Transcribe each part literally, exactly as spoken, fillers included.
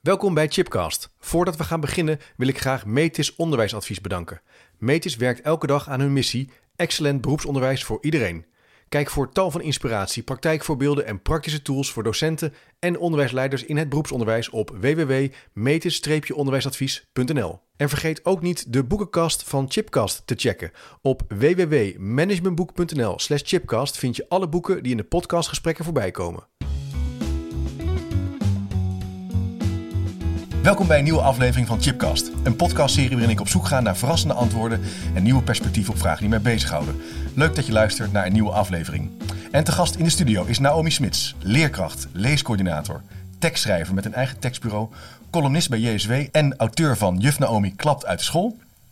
Welkom bij Chipcast. Voordat we gaan beginnen wil ik graag Metis Onderwijsadvies bedanken. Metis werkt elke dag aan hun missie: excellent beroepsonderwijs voor iedereen. Kijk voor tal van inspiratie, praktijkvoorbeelden en praktische tools voor docenten en onderwijsleiders in het beroepsonderwijs op w w w punt metis onderwijsadvies punt n l. En vergeet ook niet de boekenkast van Chipcast te checken. Op w w w punt managementboek punt n l slash chipcast vind je alle boeken die in de podcastgesprekken voorbij komen. Welkom bij een nieuwe aflevering van Chipcast. Een podcastserie waarin ik op zoek ga naar verrassende antwoorden en nieuwe perspectieven op vragen die mij bezighouden. Leuk dat je luistert naar een nieuwe aflevering. En te gast in de studio is Naomi Smits, leerkracht, leescoördinator, tekstschrijver met een eigen tekstbureau, columnist bij J S W en auteur van Juf Naomi klapt uit de school.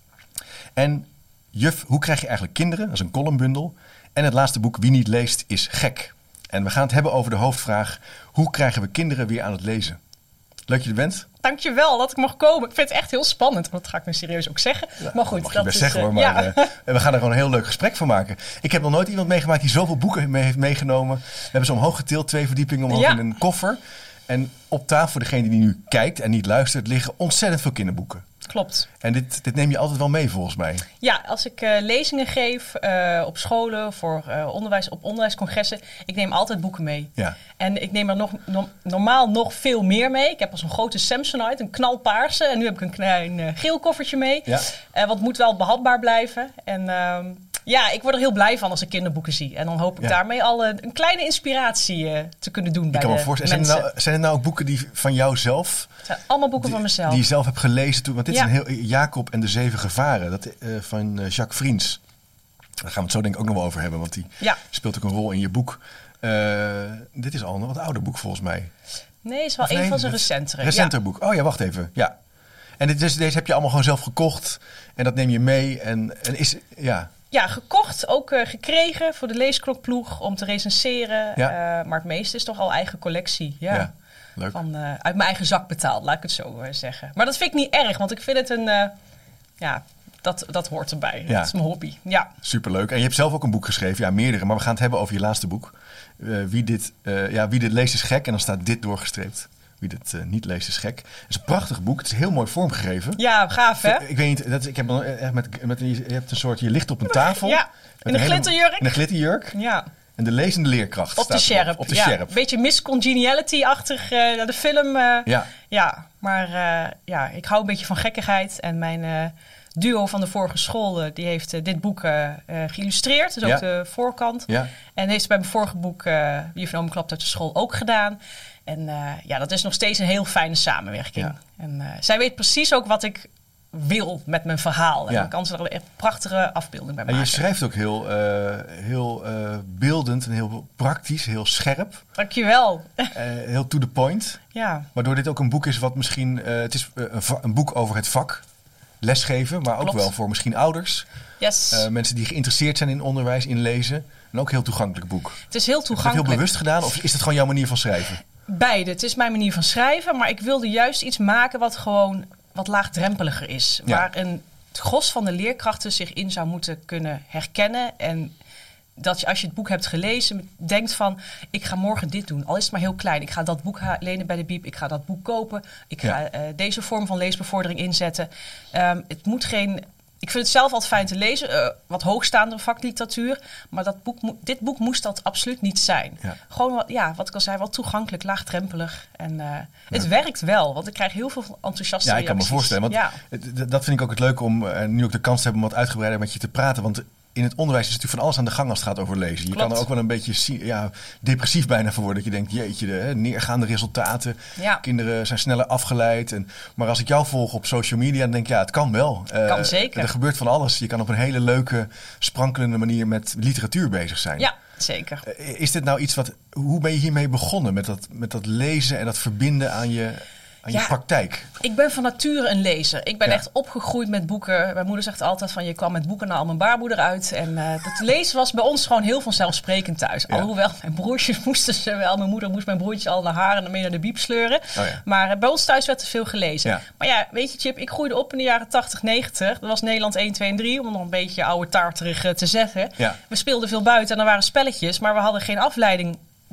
En Juf, hoe krijg je eigenlijk kinderen? Dat is een columnbundel. En het laatste boek, Wie niet leest is gek. En we gaan het hebben over de hoofdvraag: hoe krijgen we kinderen weer aan het lezen? Leuk dat je er bent. Dankjewel dat ik mag komen. Ik vind het echt heel spannend. Dat ga ik nu serieus ook zeggen. Ja, maar goed, dat mag dat je best is, zeggen hoor. Maar ja. uh, we gaan er gewoon een heel leuk gesprek van maken. Ik heb nog nooit iemand meegemaakt die zoveel boeken mee heeft meegenomen. We hebben ze omhoog getild, twee verdiepingen omhoog ja. in een koffer. En op tafel, voor degene die nu kijkt en niet luistert, liggen ontzettend veel kinderboeken. Klopt. En dit, dit neem je altijd wel mee volgens mij. Ja, als ik uh, lezingen geef uh, op scholen, voor uh, onderwijs, op onderwijscongressen, ik neem altijd boeken mee. Ja. En ik neem er nog, no, normaal nog veel meer mee. Ik heb al zo'n grote Samsonite, een knalpaarse. En nu heb ik een klein uh, geel koffertje mee. Ja. Uh, want het moet wel behapbaar blijven. En uh, ja, ik word er heel blij van als ik kinderboeken zie. En dan hoop ik ja. daarmee al uh, een kleine inspiratie uh, te kunnen doen ik bij kan de me voorstellen. Zijn er, nou, zijn er nou ook boeken die van jou zelf? Het zijn allemaal boeken die, van mezelf. Die je zelf hebt gelezen toen. Want dit ja. is een heel Jacob en de Zeven Gevaren. Dat, uh, van uh, Jacques Vriends. Daar gaan we het zo denk ik ook nog wel over hebben. Want die ja. speelt ook een rol in je boek. Uh, dit is al een wat ouder boek volgens mij. Nee, het is wel of een nee, van zijn recentere. Recenter ja. boek. Oh ja, wacht even. Ja. En dit, dus, deze heb je allemaal gewoon zelf gekocht. En dat neem je mee. En, en is, ja... Ja, gekocht, ook uh, gekregen voor de leesklokploeg om te recenseren. Ja. Uh, maar het meeste is toch al eigen collectie. Ja. ja. Leuk. Van, uh, uit mijn eigen zak betaald, laat ik het zo uh, zeggen. Maar dat vind ik niet erg, want ik vind het een... Uh, ja, dat, dat hoort erbij. Ja. Dat is mijn hobby. Ja. Superleuk. En je hebt zelf ook een boek geschreven. Ja, meerdere. Maar we gaan het hebben over je laatste boek. Uh, wie, dit, uh, ja, wie dit leest is gek. En dan staat dit doorgestreept. Wie dit uh, niet leest is gek. Het is een prachtig boek. Het is heel mooi vormgegeven. Ja, gaaf hè? Ik weet niet, dat, ik heb echt met, met je hebt een soort, je ligt op een tafel. Ja, in een, een glitterjurk. In een glitterjurk. Ja. En de lezende leerkracht. Op de sjerp. Op de ja. sjerp. Een beetje Miss Congeniality-achtig uh, de film. Uh, ja. Ja, maar uh, ja, ik hou een beetje van gekkigheid. En mijn uh, duo van de vorige school, uh, die heeft uh, dit boek uh, uh, geïllustreerd. Dus ook ja. de voorkant. Ja. En heeft ze bij mijn vorige boek, uh, Juf Naomi klapt uit de school, ook gedaan. En uh, ja, dat is nog steeds een heel fijne samenwerking. Ja. En uh, zij weet precies ook wat ik wil met mijn verhaal. En ja. dan kan ze er een echt prachtige afbeelding bij maken. En je schrijft ook heel, uh, heel uh, beeldend en heel praktisch, heel scherp. Dankjewel. Uh, heel to the point. Ja. Waardoor dit ook een boek is wat misschien... Uh, het is uh, een, va- een boek over het vak, lesgeven, maar ook Klopt. wel voor misschien ouders. Yes. Uh, mensen die geïnteresseerd zijn in onderwijs, in lezen. En ook een heel toegankelijk boek. Het is heel toegankelijk. Heb je dat heel bewust gedaan of is het gewoon jouw manier van schrijven? Beide. Het is mijn manier van schrijven, maar ik wilde juist iets maken wat gewoon wat laagdrempeliger is. Ja. Waar een, het gros van de leerkrachten zich in zou moeten kunnen herkennen. En dat je als je het boek hebt gelezen, denkt van, ik ga morgen dit doen. Al is het maar heel klein. Ik ga dat boek ha- lenen bij de bieb. Ik ga dat boek kopen. Ik ga ja. uh, deze vorm van leesbevordering inzetten. Um, het moet geen... Ik vind het zelf altijd fijn te lezen, uh, wat hoogstaande vakliteratuur. Maar dat boek, dit boek moest dat absoluut niet zijn. Ja. Gewoon, wat, ja, wat ik al zei, wel toegankelijk, laagdrempelig. En uh, ja. het werkt wel, want ik krijg heel veel enthousiaste reacties. Ja, ik kan reacties. me voorstellen. Want ja. het, dat vind ik ook het leuke om uh, nu ook de kans te hebben om wat uitgebreider met je te praten. Want in het onderwijs is natuurlijk van alles aan de gang als het gaat over lezen. Je Klopt. kan er ook wel een beetje ja, depressief bijna voor worden. Dat je denkt, jeetje, de hè, neergaande resultaten. Ja. Kinderen zijn sneller afgeleid. En, maar als ik jou volg op social media, dan denk ik, ja, het kan wel. Uh, kan zeker. Er gebeurt van alles. Je kan op een hele leuke, sprankelende manier met literatuur bezig zijn. Ja, zeker. Uh, is dit nou iets wat... Hoe ben je hiermee begonnen? Met dat, met dat lezen en dat verbinden aan je... aan je ja, praktijk? Ik ben van nature een lezer. Ik ben ja. echt opgegroeid met boeken. Mijn moeder zegt altijd van, je kwam met boeken naar al mijn baarmoeder uit. En uh, het lezen was bij ons gewoon heel vanzelfsprekend thuis. Ja. Alhoewel, mijn broertjes moesten ze wel. Mijn moeder moest mijn broertje al naar haar en dan mee naar de bieb sleuren. Oh ja. Maar uh, bij ons thuis werd er veel gelezen. Ja. Maar ja, weet je Chip, ik groeide op in de jaren tachtig, negentig. Dat was Nederland één, twee en drie, om nog een beetje oude taart terug uh, te zeggen. Ja. We speelden veel buiten en er waren spelletjes, maar we hadden geen afleiding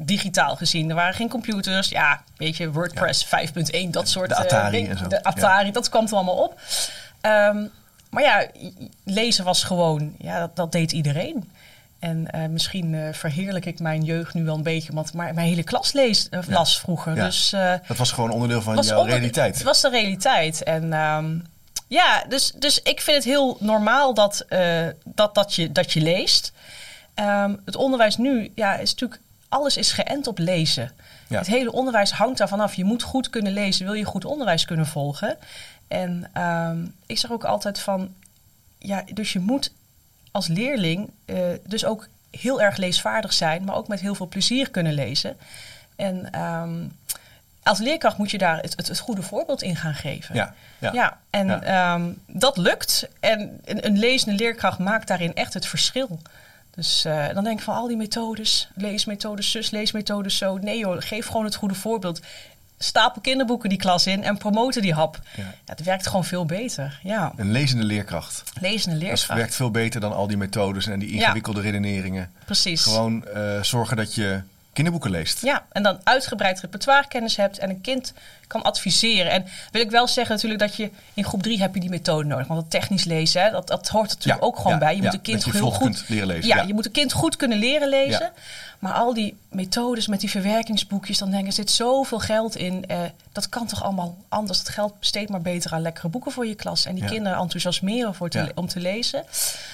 digitaal gezien. Er waren geen computers. Ja, weet je, WordPress ja. vijf punt één, dat soort de Atari uh, en zo. De Atari, ja. dat kwam er allemaal op. Um, maar ja, lezen was gewoon, ja, dat, dat deed iedereen. En uh, misschien uh, verheerlijk ik mijn jeugd nu wel een beetje, want maar mijn hele klas lees, uh, las ja. vroeger. Ja. Dus, uh, dat was gewoon onderdeel van jouw onder, realiteit. Het was de realiteit. En um, ja, dus, dus ik vind het heel normaal dat, uh, dat, dat, je, dat je leest. Um, het onderwijs nu, ja, is natuurlijk, alles is geënt op lezen. Ja. Het hele onderwijs hangt daarvan af. Je moet goed kunnen lezen, wil je goed onderwijs kunnen volgen. En um, ik zeg ook altijd van, ja, dus je moet als leerling uh, dus ook heel erg leesvaardig zijn, maar ook met heel veel plezier kunnen lezen. En um, als leerkracht moet je daar het, het, het goede voorbeeld in gaan geven. Ja, ja. ja en ja. Um, dat lukt. En een, een lezende leerkracht maakt daarin echt het verschil. Dus uh, dan denk ik van al die methodes, leesmethodes zus, leesmethodes zo. Nee joh, geef gewoon het goede voorbeeld. Stapel kinderboeken die klas in en promoten die hap. Ja. Ja, het werkt gewoon veel beter. Ja. Een lezende leerkracht. Lezende leerkracht. Dat werkt veel beter dan al die methodes en die ingewikkelde ja. redeneringen. Precies. Gewoon uh, zorgen dat je kinderboeken leest. Ja, en dan uitgebreid repertoirekennis hebt en een kind kan adviseren. En wil ik wel zeggen natuurlijk dat je in groep drie heb je die methode nodig. Want dat technisch lezen, hè, dat, dat hoort er natuurlijk ja, ook gewoon ja, bij. Je ja, moet een kind je heel goed leren lezen. Ja, ja, je moet een kind goed kunnen leren lezen. Ja. Maar al die methodes met die verwerkingsboekjes, dan denk ik, er zit zoveel geld in. Uh, dat kan toch allemaal anders. Het geld besteedt maar beter aan lekkere boeken voor je klas. En die ja. kinderen enthousiasmeren voor te, ja. om te lezen.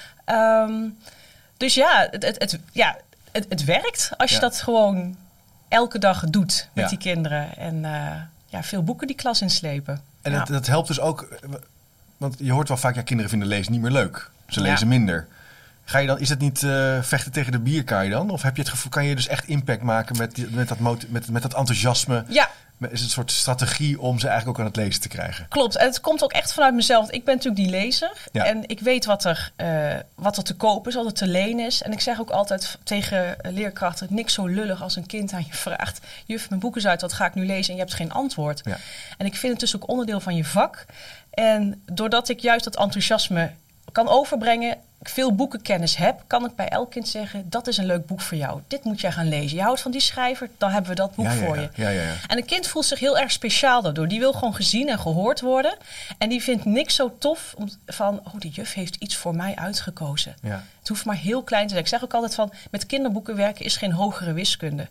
Um, dus ja, het, het, het, ja het, het werkt als je ja. dat gewoon elke dag doet met ja. die kinderen. En uh, ja, veel boeken die klas inslepen. En ja. dat, dat helpt dus ook, want je hoort wel vaak, ja, kinderen vinden lezen niet meer leuk. Ze lezen ja. minder. Ga je dan, is het niet uh, vechten tegen de bierkaai dan? Of heb je het gevoel, kan je dus echt impact maken met, die, met, dat, mot- met, met dat enthousiasme? Ja. Is het een soort strategie om ze eigenlijk ook aan het lezen te krijgen? Klopt. En het komt ook echt vanuit mezelf. Ik ben natuurlijk die lezer. Ja. En ik weet wat er, uh, wat er te koop is, wat er te lenen is. En ik zeg ook altijd tegen leerkrachten, niks zo lullig als een kind aan je vraagt. Juf, mijn boek is uit, wat ga ik nu lezen? En je hebt geen antwoord. Ja. En ik vind het dus ook onderdeel van je vak. En doordat ik juist dat enthousiasme kan overbrengen, veel boekenkennis heb, kan ik bij elk kind zeggen, dat is een leuk boek voor jou. Dit moet jij gaan lezen. Je houdt van die schrijver, dan hebben we dat boek ja, ja, voor ja. je. Ja, ja, ja. En een kind voelt zich heel erg speciaal daardoor. Die wil gewoon gezien en gehoord worden. En die vindt niks zo tof om, van, oh, de juf heeft iets voor mij uitgekozen. Ja. Het hoeft maar heel klein te zijn. Ik zeg ook altijd van, met kinderboeken werken is geen hogere wiskunde.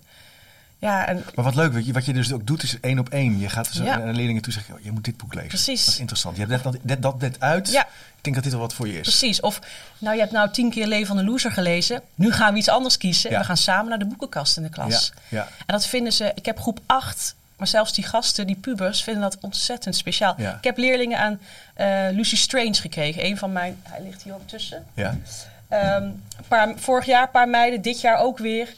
Ja, en maar wat leuk, weet je, wat je dus ook doet is één op één. Je gaat dus ja. naar leerlingen toe en zegt, oh, je moet dit boek lezen. Precies. Dat is interessant. Je hebt net dat, dat, dat uit. Ja. Ik denk dat dit wel wat voor je is. Precies. Of, nou, je hebt nou tien keer Leven van de Loser gelezen. Nu gaan we iets anders kiezen. Ja. En we gaan samen naar de boekenkast in de klas. Ja. Ja. En dat vinden ze, ik heb groep acht, maar zelfs die gasten, die pubers, vinden dat ontzettend speciaal. Ja. Ik heb leerlingen aan uh, Lucy Strange gekregen. Een van mijn, hij ligt hier ook tussen. Ja. Um, paar, vorig jaar een paar meiden, dit jaar ook weer.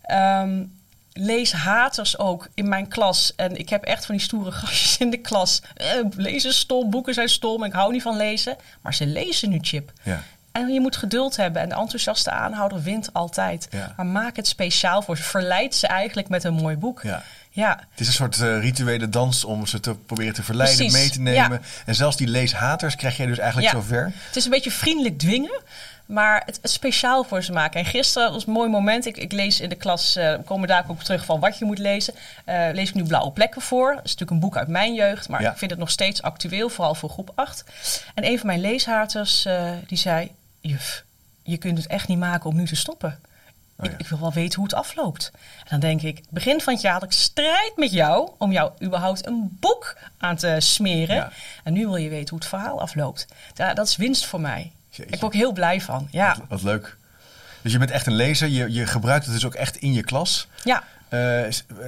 Um, leeshaters ook in mijn klas. En ik heb echt van die stoere gastjes in de klas. Eh, lezen is stom, boeken zijn stom. Ik hou niet van lezen. Maar ze lezen nu, Chip. Ja. En je moet geduld hebben. En de enthousiaste aanhouder wint altijd. Ja. Maar maak het speciaal voor ze. Verleid ze eigenlijk met een mooi boek. Ja. Ja. Het is een soort uh, rituele dans om ze te proberen te verleiden, Precies. mee te nemen. Ja. En zelfs die leeshaters krijg jij dus eigenlijk ja. zover. Het is een beetje vriendelijk dwingen. Maar het, het speciaal voor ze maken. En gisteren was een mooi moment. Ik, ik lees in de klas, uh, we komen daar ook terug van wat je moet lezen. Uh, lees ik nu Blauwe Plekken voor. Dat is natuurlijk een boek uit mijn jeugd. Maar ja. ik vind het nog steeds actueel, vooral voor groep acht. En een van mijn leeshaters, uh, die zei, juf, je kunt het echt niet maken om nu te stoppen. Oh, ja. ik, ik wil wel weten hoe het afloopt. En dan denk ik, begin van het jaar had ik strijd met jou om jou überhaupt een boek aan te smeren. Ja. En nu wil je weten hoe het verhaal afloopt. Ja, dat is winst voor mij. Jeetje. Ik ben ook heel blij van. Ja. Wat, wat leuk. Dus je bent echt een lezer. Je, je gebruikt het dus ook echt in je klas. Ja. Uh,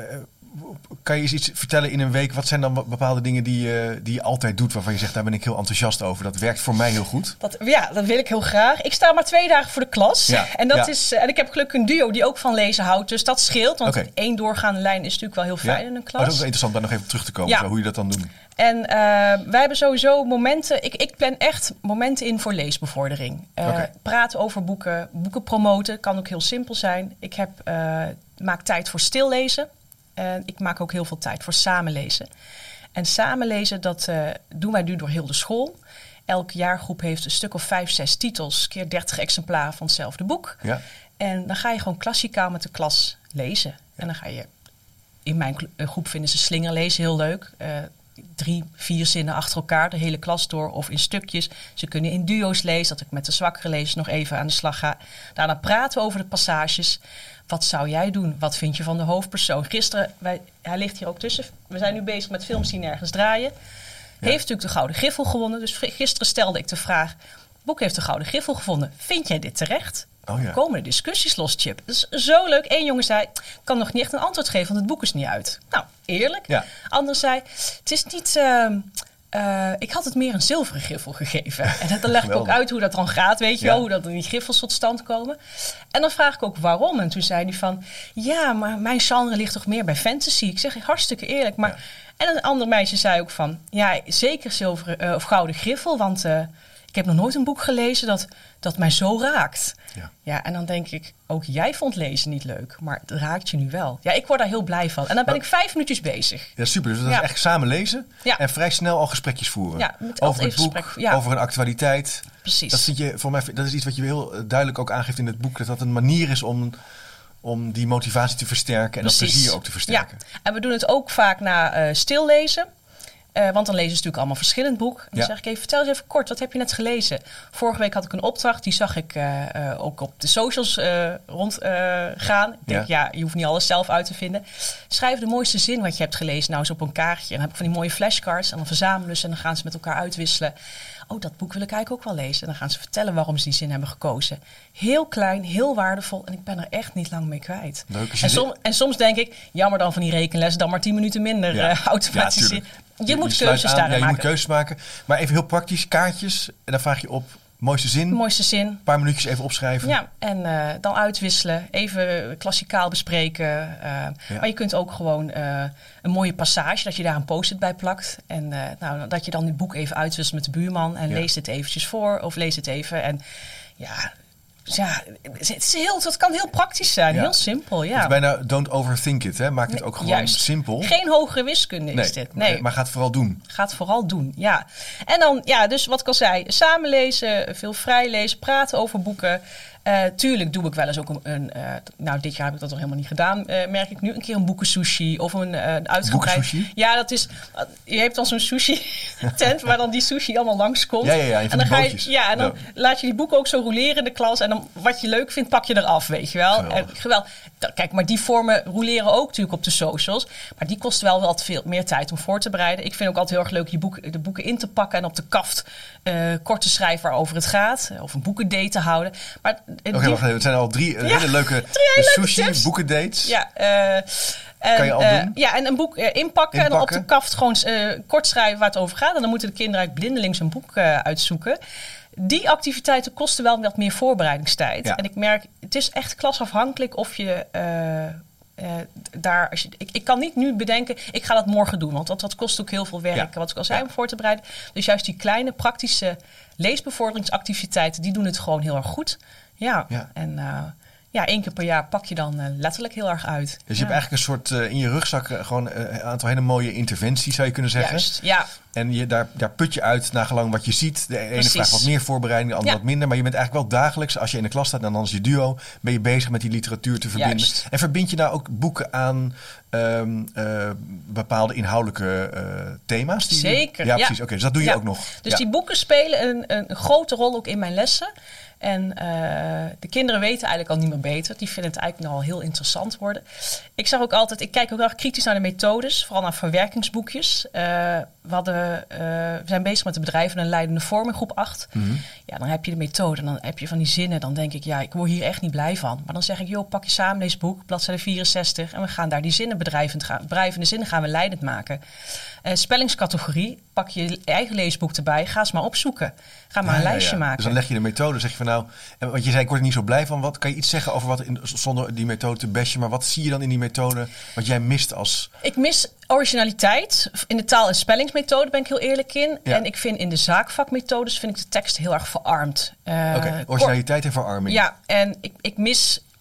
kan je eens iets vertellen in een week? Wat zijn dan bepaalde dingen die je, die je altijd doet, waarvan je zegt, daar ben ik heel enthousiast over. Dat werkt voor mij heel goed. Dat, ja, dat wil ik heel graag. Ik sta maar twee dagen voor de klas. Ja. En, dat ja. is, en ik heb gelukkig een duo die ook van lezen houdt. Dus dat scheelt. Want okay. één doorgaande lijn is natuurlijk wel heel fijn ja. in een klas. Oh, dat is wel interessant, daar nog even terug te komen. Ja. Zo, hoe je dat dan doet. En uh, wij hebben sowieso momenten. Ik, ik plan echt momenten in voor leesbevordering. Uh, okay. Praten over boeken, boeken promoten. Kan ook heel simpel zijn. Ik heb, uh, maak tijd voor stillezen. En ik maak ook heel veel tijd voor samenlezen. En samenlezen, dat uh, doen wij nu door heel de school. Elke jaargroep heeft een stuk of vijf, zes titels, keer dertig exemplaren van hetzelfde boek. Ja. En dan ga je gewoon klassikaal met de klas lezen. Ja. En dan ga je, in mijn groep vinden ze slingerlezen heel leuk. Uh, drie, vier zinnen achter elkaar, de hele klas door of in stukjes. Ze kunnen in duo's lezen, dat ik met de zwakkere lezers nog even aan de slag ga. Daarna praten we over de passages. Wat zou jij doen? Wat vind je van de hoofdpersoon? Gisteren, wij, hij ligt hier ook tussen. We zijn nu bezig met films die nergens draaien. Ja. Heeft natuurlijk de Gouden Griffel gewonnen. Dus gisteren stelde ik de vraag, het boek heeft de Gouden Griffel gewonnen. Vind jij dit terecht? Oh ja. Er komen er discussies los, Chip. Dat is zo leuk. Eén jongen zei, ik kan nog niet echt een antwoord geven, want het boek is niet uit. Nou, eerlijk. Ja. Ander zei, het is niet... Uh, uh, ik had het meer een zilveren griffel gegeven. En dan leg ik ook uit hoe dat dan gaat, weet je ja. wel. Hoe dat die griffels tot stand komen. En dan vraag ik ook waarom. En toen zei hij van, ja, maar mijn genre ligt toch meer bij fantasy. Ik zeg, hartstikke eerlijk. Maar... Ja. En een ander meisje zei ook van, ja, zeker zilveren uh, of gouden griffel, want... Uh, ik heb nog nooit een boek gelezen dat, dat mij zo raakt. Ja. ja, en dan denk ik, ook jij vond lezen niet leuk, maar het raakt je nu wel. Ja, ik word daar heel blij van. En dan ben maar, ik vijf minuutjes bezig. Ja, super. Dus dat ja. is echt samen lezen ja. en vrij snel al gesprekjes voeren. Ja, met over het boek, gesprek, ja. over een actualiteit. Precies. Dat, vind je, voor mij, dat is iets wat je heel duidelijk ook aangeeft in het boek, dat dat een manier is om... om die motivatie te versterken en dat plezier ook te versterken. Ja. En we doen het ook vaak na uh, stillezen. Uh, want dan lezen ze natuurlijk allemaal verschillend boek. En dan ja. zeg ik even, vertel eens even kort, wat heb je net gelezen? Vorige week had ik een opdracht, die zag ik uh, uh, ook op de socials uh, rond uh, gaan. Ik denk, ja. ja, je hoeft niet alles zelf uit te vinden. Schrijf de mooiste zin wat je hebt gelezen nou eens op een kaartje. En dan heb ik van die mooie flashcards en dan verzamelen ze en dan gaan ze met elkaar uitwisselen. Oh, dat boek wil ik eigenlijk ook wel lezen. En dan gaan ze vertellen waarom ze die zin hebben gekozen. Heel klein, heel waardevol. En ik ben er echt niet lang mee kwijt. Leuk, en, som, en soms denk ik, jammer dan van die rekenles, dan maar tien minuten minder ja. uh, automatiseren. Ja, je, je moet keuzes aan, daarin ja, je maken. moet keuzes maken. Maar even heel praktisch, kaartjes. En dan vraag je op, mooiste zin. Mooiste zin. Een paar minuutjes even opschrijven. Ja, en uh, dan uitwisselen. Even klassikaal bespreken. Uh, ja. Maar je kunt ook gewoon uh, een mooie passage, dat je daar een post-it bij plakt. En uh, nou, dat je dan het boek even uitwisselt met de buurman. En ja. lees het eventjes voor. Of lees het even. En ja... Ja, het is heel, dat kan heel praktisch zijn, ja. heel simpel. Ja. Het is bijna don't overthink it, hè? Maak het ook gewoon Juist. simpel. Geen hogere wiskunde nee, is dit. Nee, maar ga het vooral doen. Ga het vooral doen, ja. En dan, ja, dus wat ik al zei, samen lezen, veel vrij lezen, praten over boeken. Uh, tuurlijk doe ik wel eens ook een, een uh, nou dit jaar heb ik dat nog helemaal niet gedaan, uh, merk ik nu, een keer een boekensushi of een, uh, een uitgebreid... Boekensushi? Ja, dat is, uh, je hebt dan zo'n sushi tent waar dan die sushi allemaal langskomt. Ja, ja, ja, en dan ga je, ja, en dan ja. laat je die boeken ook zo roleren in de klas en dan wat je leuk vindt, pak je eraf, weet je wel. Geweldig. En, geweldig. Kijk, maar die vormen roleren ook natuurlijk op de socials, maar die kosten wel wat veel meer tijd om voor te bereiden. Ik vind ook altijd heel erg leuk je boek, de boeken in te pakken en op de kaft uh, kort te schrijven waarover het gaat, of een boekendate te houden. Maar Oké, okay, wacht even. Het zijn al drie ja, hele leuke drie hele sushi, leuke boekendates. Ja, uh, en, kan je al uh, doen? Ja, en een boek uh, inpakken, inpakken en dan op de kaft gewoon uh, kort schrijven waar het over gaat. En dan moeten de kinderen eigenlijk blindelings een boek uh, uitzoeken. Die activiteiten kosten wel wat meer voorbereidingstijd. Ja. En ik merk, het is echt klasafhankelijk of je... Uh, Uh, daar, als je, ik, ik kan niet nu bedenken, ik ga dat morgen doen. Want dat, dat kost ook heel veel werk, ja. wat ik al zei, om voor te bereiden. Dus juist die kleine praktische leesbevorderingsactiviteiten, die doen het gewoon heel erg goed. Ja, ja. en uh, ja, één keer per jaar pak je dan uh, letterlijk heel erg uit. Dus je ja. hebt eigenlijk een soort, uh, in je rugzak uh, gewoon uh, een aantal hele mooie interventies, zou je kunnen zeggen. Juist, ja. En je, daar, daar put je uit naar gelang wat je ziet. De ene Precies. vraagt wat meer voorbereiding, de andere ja. wat minder. Maar je bent eigenlijk wel dagelijks, als je in de klas staat en dan is je duo, ben je bezig met die literatuur te verbinden. Juist. En verbind je nou ook boeken aan um, uh, bepaalde inhoudelijke uh, thema's? Die Zeker. Je, ja, precies. Ja. Oké, okay, dus dat doe je ja. ook nog. Dus ja. die boeken spelen een, een grote rol ook in mijn lessen. En uh, de kinderen weten eigenlijk al niet meer beter. Die vinden het eigenlijk nog al heel interessant worden. Ik zeg ook altijd, ik kijk ook erg kritisch naar de methodes. Vooral naar verwerkingsboekjes. Uh, we, hadden, uh, we zijn bezig met de bedrijven en leidende vorm in groep acht. Mm-hmm. Ja, dan heb je de methode. Dan heb je van die zinnen. Dan denk ik, ja, ik word hier echt niet blij van. Maar dan zeg ik, joh, pak je samenleesboek, bladzijde vierenzestig. En we gaan daar die zinnen bedrijvend gaan. Bedrijvende zinnen gaan we leidend maken. Uh, spellingscategorie, pak je eigen leesboek erbij. Ga eens maar opzoeken. Ga maar ja, een ja, lijstje ja. maken. Dus dan leg je de methode, zeg je van nou... Want je zei, ik word er niet zo blij van. Wat kan je iets zeggen over wat, in, zonder die methode te bashen... maar wat zie je dan in die methode wat jij mist als... Ik mis originaliteit. In de taal- en spellingsmethode ben ik heel eerlijk in. Ja. En ik vind in de zaakvakmethodes vind ik de tekst heel erg verarmd. Uh, Oké, okay, originaliteit kort, en verarming. Ja, en ik, ik mis...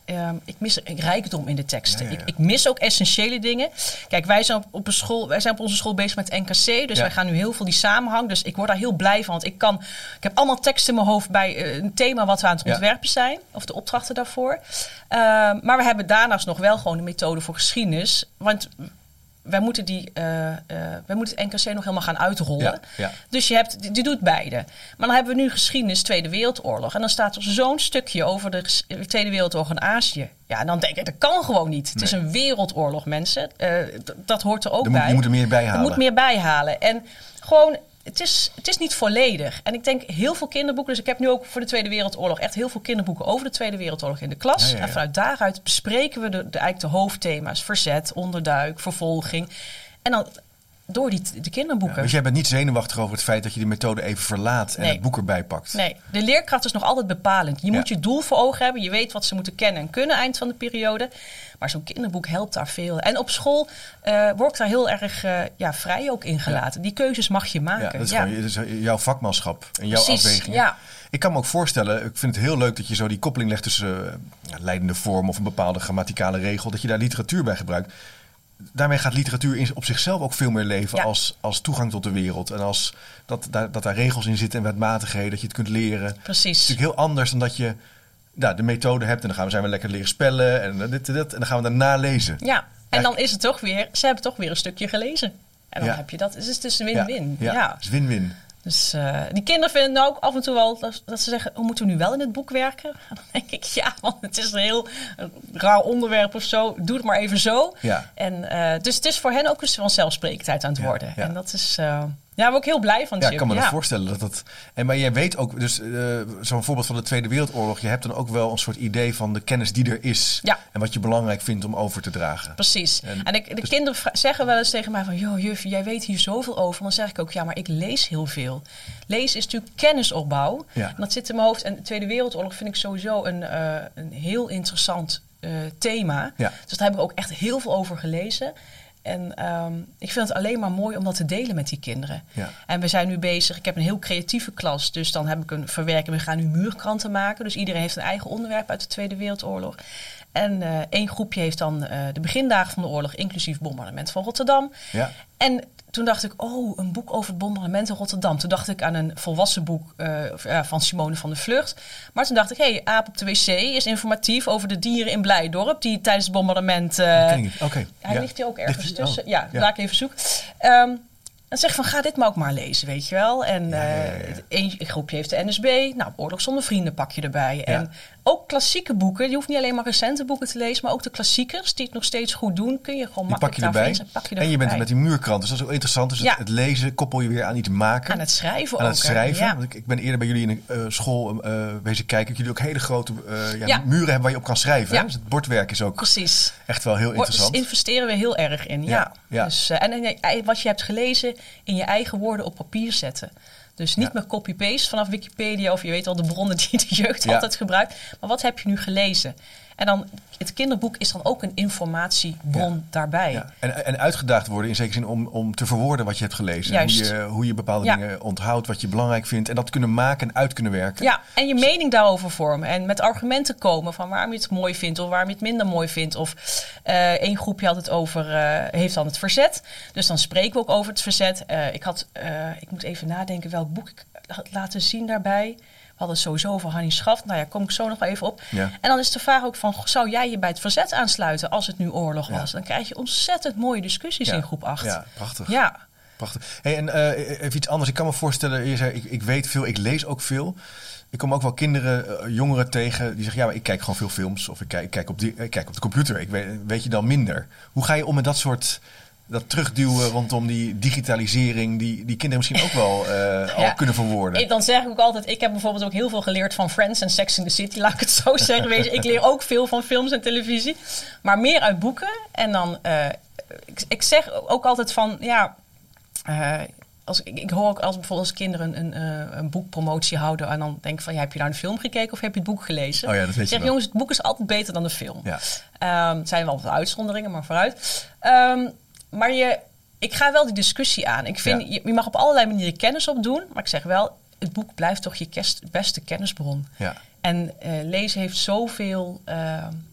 Um, ik mis rijkdom in de teksten. Ja, ja, ja. Ik, ik mis ook essentiële dingen. Kijk, wij zijn op, op, een school, wij zijn op onze school bezig met N K C. Dus ja. wij gaan nu heel veel die samenhang. Dus ik word daar heel blij van. Want ik, kan, ik heb allemaal teksten in mijn hoofd bij uh, een thema wat we aan het ja. ontwerpen zijn. Of de opdrachten daarvoor. Uh, maar we hebben daarnaast nog wel gewoon een methode voor geschiedenis. Want wij moeten, die, uh, uh, wij moeten het N K C nog helemaal gaan uitrollen. Ja, ja. Dus je hebt, die, die doet beide. Maar dan hebben we nu geschiedenis Tweede Wereldoorlog. En dan staat er zo'n stukje over de Tweede Wereldoorlog in Azië. Ja, en dan denk ik, dat kan gewoon niet. Nee. Het is een wereldoorlog, mensen. Uh, d- dat hoort er ook er bij. Moet, je moet er meer bij halen. Je moet meer bijhalen. En gewoon... Het is, het is niet volledig. En ik denk heel veel kinderboeken... Dus ik heb nu ook voor de Tweede Wereldoorlog... echt heel veel kinderboeken over de Tweede Wereldoorlog in de klas. Ja, ja, ja. En vanuit daaruit bespreken we de, de, eigenlijk de hoofdthema's. Verzet, onderduik, vervolging. En dan door die, de kinderboeken. Ja, dus jij bent niet zenuwachtig over het feit... dat je die methode even verlaat en nee. het boek erbij pakt. Nee, de leerkracht is nog altijd bepalend. Je ja. moet je doel voor ogen hebben. Je weet wat ze moeten kennen en kunnen eind van de periode. Maar zo'n kinderboek helpt daar veel. En op school uh, wordt daar heel erg uh, ja, vrij ook ingelaten. Ja. Die keuzes mag je maken. Ja, dat is ja. gewoon dat is jouw vakmanschap en jouw Precies, afwegingen. Ja. Ik kan me ook voorstellen, ik vind het heel leuk dat je zo die koppeling legt tussen uh, leidende vorm of een bepaalde grammaticale regel, dat je daar literatuur bij gebruikt. Daarmee gaat literatuur in, op zichzelf ook veel meer leven ja. als, als toegang tot de wereld. En als dat, dat, dat daar regels in zitten en wetmatigheden, dat je het kunt leren. Precies. Het is natuurlijk heel anders dan dat je nou, de methode hebt en dan gaan we, zijn we lekker leren spellen en dit en dat. En dan gaan we daarna lezen. Ja, en dan is het toch weer, ze hebben toch weer een stukje gelezen. En dan ja. heb je dat. Dus het is een win-win. Ja, ja. ja. het is win-win. Dus uh, die kinderen vinden nou ook af en toe wel dat, dat ze zeggen, oh, moeten we nu wel in het boek werken? En dan denk ik, ja, want het is een heel een raar onderwerp of zo. Doe het maar even zo. Ja. En, uh, dus het is voor hen ook een vanzelfsprekendheid aan het worden. Ja, ja. En dat is... Uh, Ja, daar ben ik heel blij van. Ja, ik kan me ja. dat voorstellen. Dat dat, en, maar jij weet ook, dus uh, zo'n voorbeeld van de Tweede Wereldoorlog, je hebt dan ook wel een soort idee van de kennis die er is. Ja. En wat je belangrijk vindt om over te dragen. Precies. En, en ik, de dus, kinderen vra- zeggen wel eens tegen mij van, joh juf, jij weet hier zoveel over. Dan zeg ik ook, ja, maar ik lees heel veel. Lezen is natuurlijk kennisopbouw. Ja. En dat zit in mijn hoofd. En de Tweede Wereldoorlog vind ik sowieso een, uh, een heel interessant uh, thema. Ja. Dus daar heb ik ook echt heel veel over gelezen. En um, ik vind het alleen maar mooi om dat te delen met die kinderen. Ja. En we zijn nu bezig, ik heb een heel creatieve klas, dus dan heb ik een verwerking. We gaan nu muurkranten maken, dus iedereen heeft een eigen onderwerp uit de Tweede Wereldoorlog. En uh, één groepje heeft dan uh, de begindagen van de oorlog, inclusief bombardement van Rotterdam. Ja. En toen dacht ik, oh, een boek over het bombardement in Rotterdam. Toen dacht ik aan een volwassen boek uh, van Simone van der Vlucht. Maar toen dacht ik, hé, hey, Aap op de wc is informatief over de dieren in Blijdorp, die tijdens het bombardement... Uh, okay. Hij ja. ligt hier ook ergens ligt, tussen. Oh. Ja, ja, laat ik even zoeken. Um, dan zeg ik van, ga dit maar ook maar lezen, weet je wel. En ja, ja, ja, ja. Uh, een groepje heeft de N S B. Nou, Oorlog zonder vrienden pak je erbij. Ja. En ook klassieke boeken. Je hoeft niet alleen maar recente boeken te lezen, maar ook de klassiekers die het nog steeds goed doen, kun je gewoon die makkelijk pak je erbij. Zijn, pak je en je bent er met die muurkrant, dus dat is ook interessant. Dus ja. het, het lezen koppel je weer aan iets maken. Aan het schrijven aan ook. Aan het schrijven. Ja. Want ik, ik ben eerder bij jullie in een uh, school uh, wezen kijken. Dat jullie ook hele grote uh, ja, ja. muren hebben waar je op kan schrijven. Ja. Dus het bordwerk is ook Precies. echt wel heel interessant. Dus investeren we heel erg in, ja. ja. ja. Dus, uh, en, en wat je hebt gelezen in je eigen woorden op papier zetten. Dus niet ja. meer copy-paste vanaf Wikipedia of je weet al de bronnen die de jeugd ja. altijd gebruikt. Maar wat heb je nu gelezen? En dan, het kinderboek is dan ook een informatiebron ja. daarbij. Ja. En, en uitgedaagd worden in zekere zin om, om te verwoorden wat je hebt gelezen. Hoe je, hoe je bepaalde ja. dingen onthoudt, wat je belangrijk vindt. En dat kunnen maken en uit kunnen werken. Ja, en je mening daarover vormen. En met argumenten komen van waarom je het mooi vindt of waarom je het minder mooi vindt. Of uh, één groepje had het over, uh, heeft dan het verzet. Dus dan spreken we ook over het verzet. Uh, ik had, uh, ik moet even nadenken welk boek ik had laten zien daarbij. We hadden het sowieso over Hannie Schaft. Nou ja, kom ik zo nog wel even op. Ja. En dan is de vraag ook van, zou jij je bij het verzet aansluiten als het nu oorlog was? Ja. Dan krijg je ontzettend mooie discussies ja. in groep acht. Ja, prachtig. Ja. Prachtig. Hey, en uh, even iets anders. Ik kan me voorstellen, je zei, ik, ik weet veel, ik lees ook veel. Ik kom ook wel kinderen, uh, jongeren tegen die zeggen, ja, maar ik kijk gewoon veel films. Of ik kijk, ik kijk, op, die, ik kijk op de computer. Ik weet, weet je dan minder. Hoe ga je om met dat soort... dat terugduwen rondom die digitalisering, die, die kinderen misschien ook wel uh, al ja. kunnen verwoorden. Ik, dan zeg ik ook altijd, ik heb bijvoorbeeld ook heel veel geleerd van Friends en Sex in the City, laat ik het zo zeggen. Weet je, ik leer ook veel van films en televisie, maar meer uit boeken. En dan, uh, ik, ik zeg ook altijd van, ja, uh, als, ik, ik hoor ook als bijvoorbeeld als kinderen een, een, een boekpromotie houden en dan denk ik van, ja, heb je naar een film gekeken of heb je het boek gelezen? Oh ja, dat weet ik zeg, je jongens, het boek is altijd beter dan de film. Ja. Um, het zijn wel wat uitzonderingen, maar vooruit. Um, Maar je, ik ga wel die discussie aan. Ik vind, ja. je, je mag op allerlei manieren kennis opdoen. Maar ik zeg wel, het boek blijft toch je kest, beste kennisbron. Ja. En uh, lezen heeft zoveel uh,